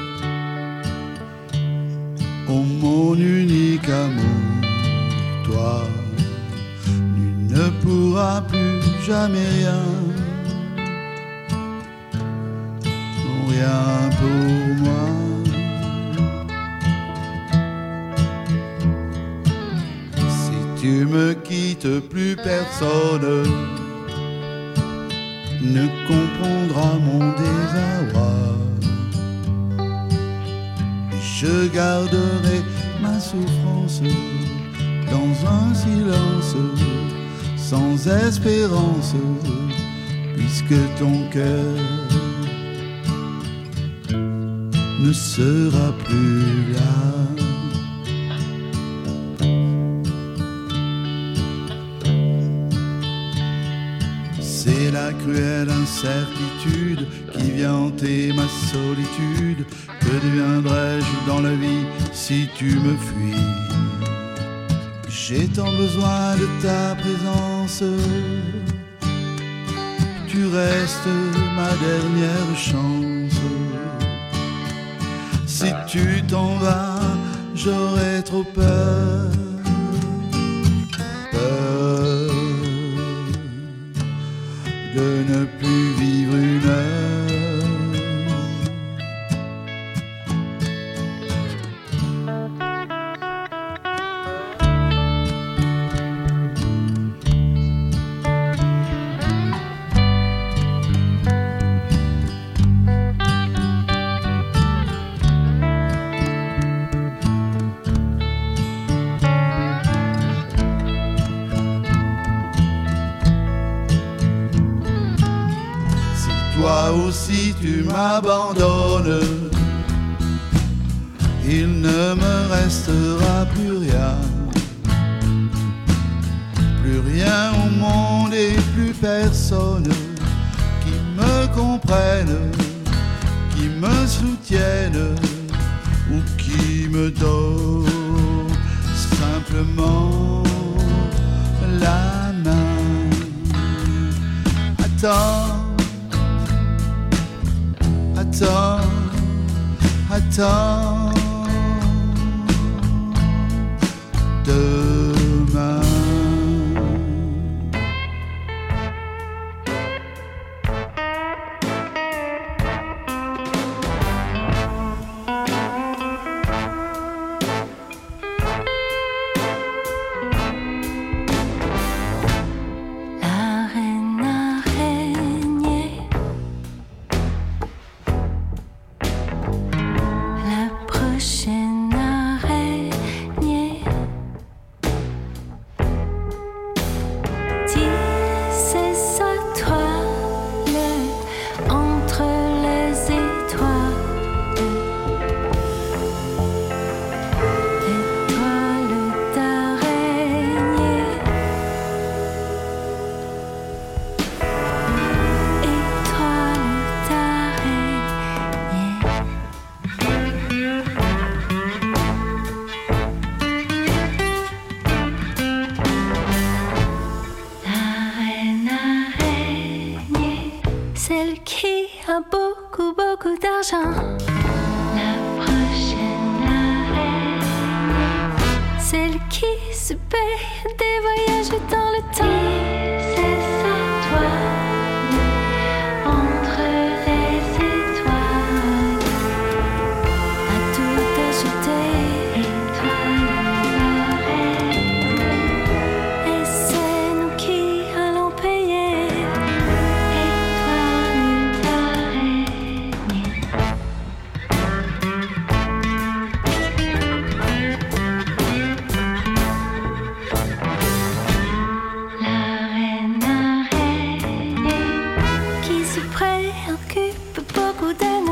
oh mon unique amour, toi, nul ne pourra plus jamais rien, rien pour moi. Si tu me quittes, plus personne ne comprendra mon désarroi. Je garderai ma souffrance dans un silence sans espérance, puisque ton cœur ne sera plus là. C'est la cruelle incertitude qui vient hanter ma solitude. Que deviendrais-je dans la vie si tu me fuis? J'ai tant besoin de ta présence, tu restes ma dernière chance. Si tu t'en vas, j'aurai trop peur, peur de ne plus vivre une heure. Toi aussi tu m'abandonnes, il ne me restera plus rien, plus rien au monde et plus personne qui me comprenne, qui me soutienne ou qui me donne simplement la main. Attends, attends, attends, demain. beaucoup d'argent. La prochaine araignée, celle qui se paye des voyages dans le temps. C'est ça, toi, entre les étoiles, à tout acheter. Étoile, et c'est nous qui allons payer. Qui se préoccupe beaucoup d'années.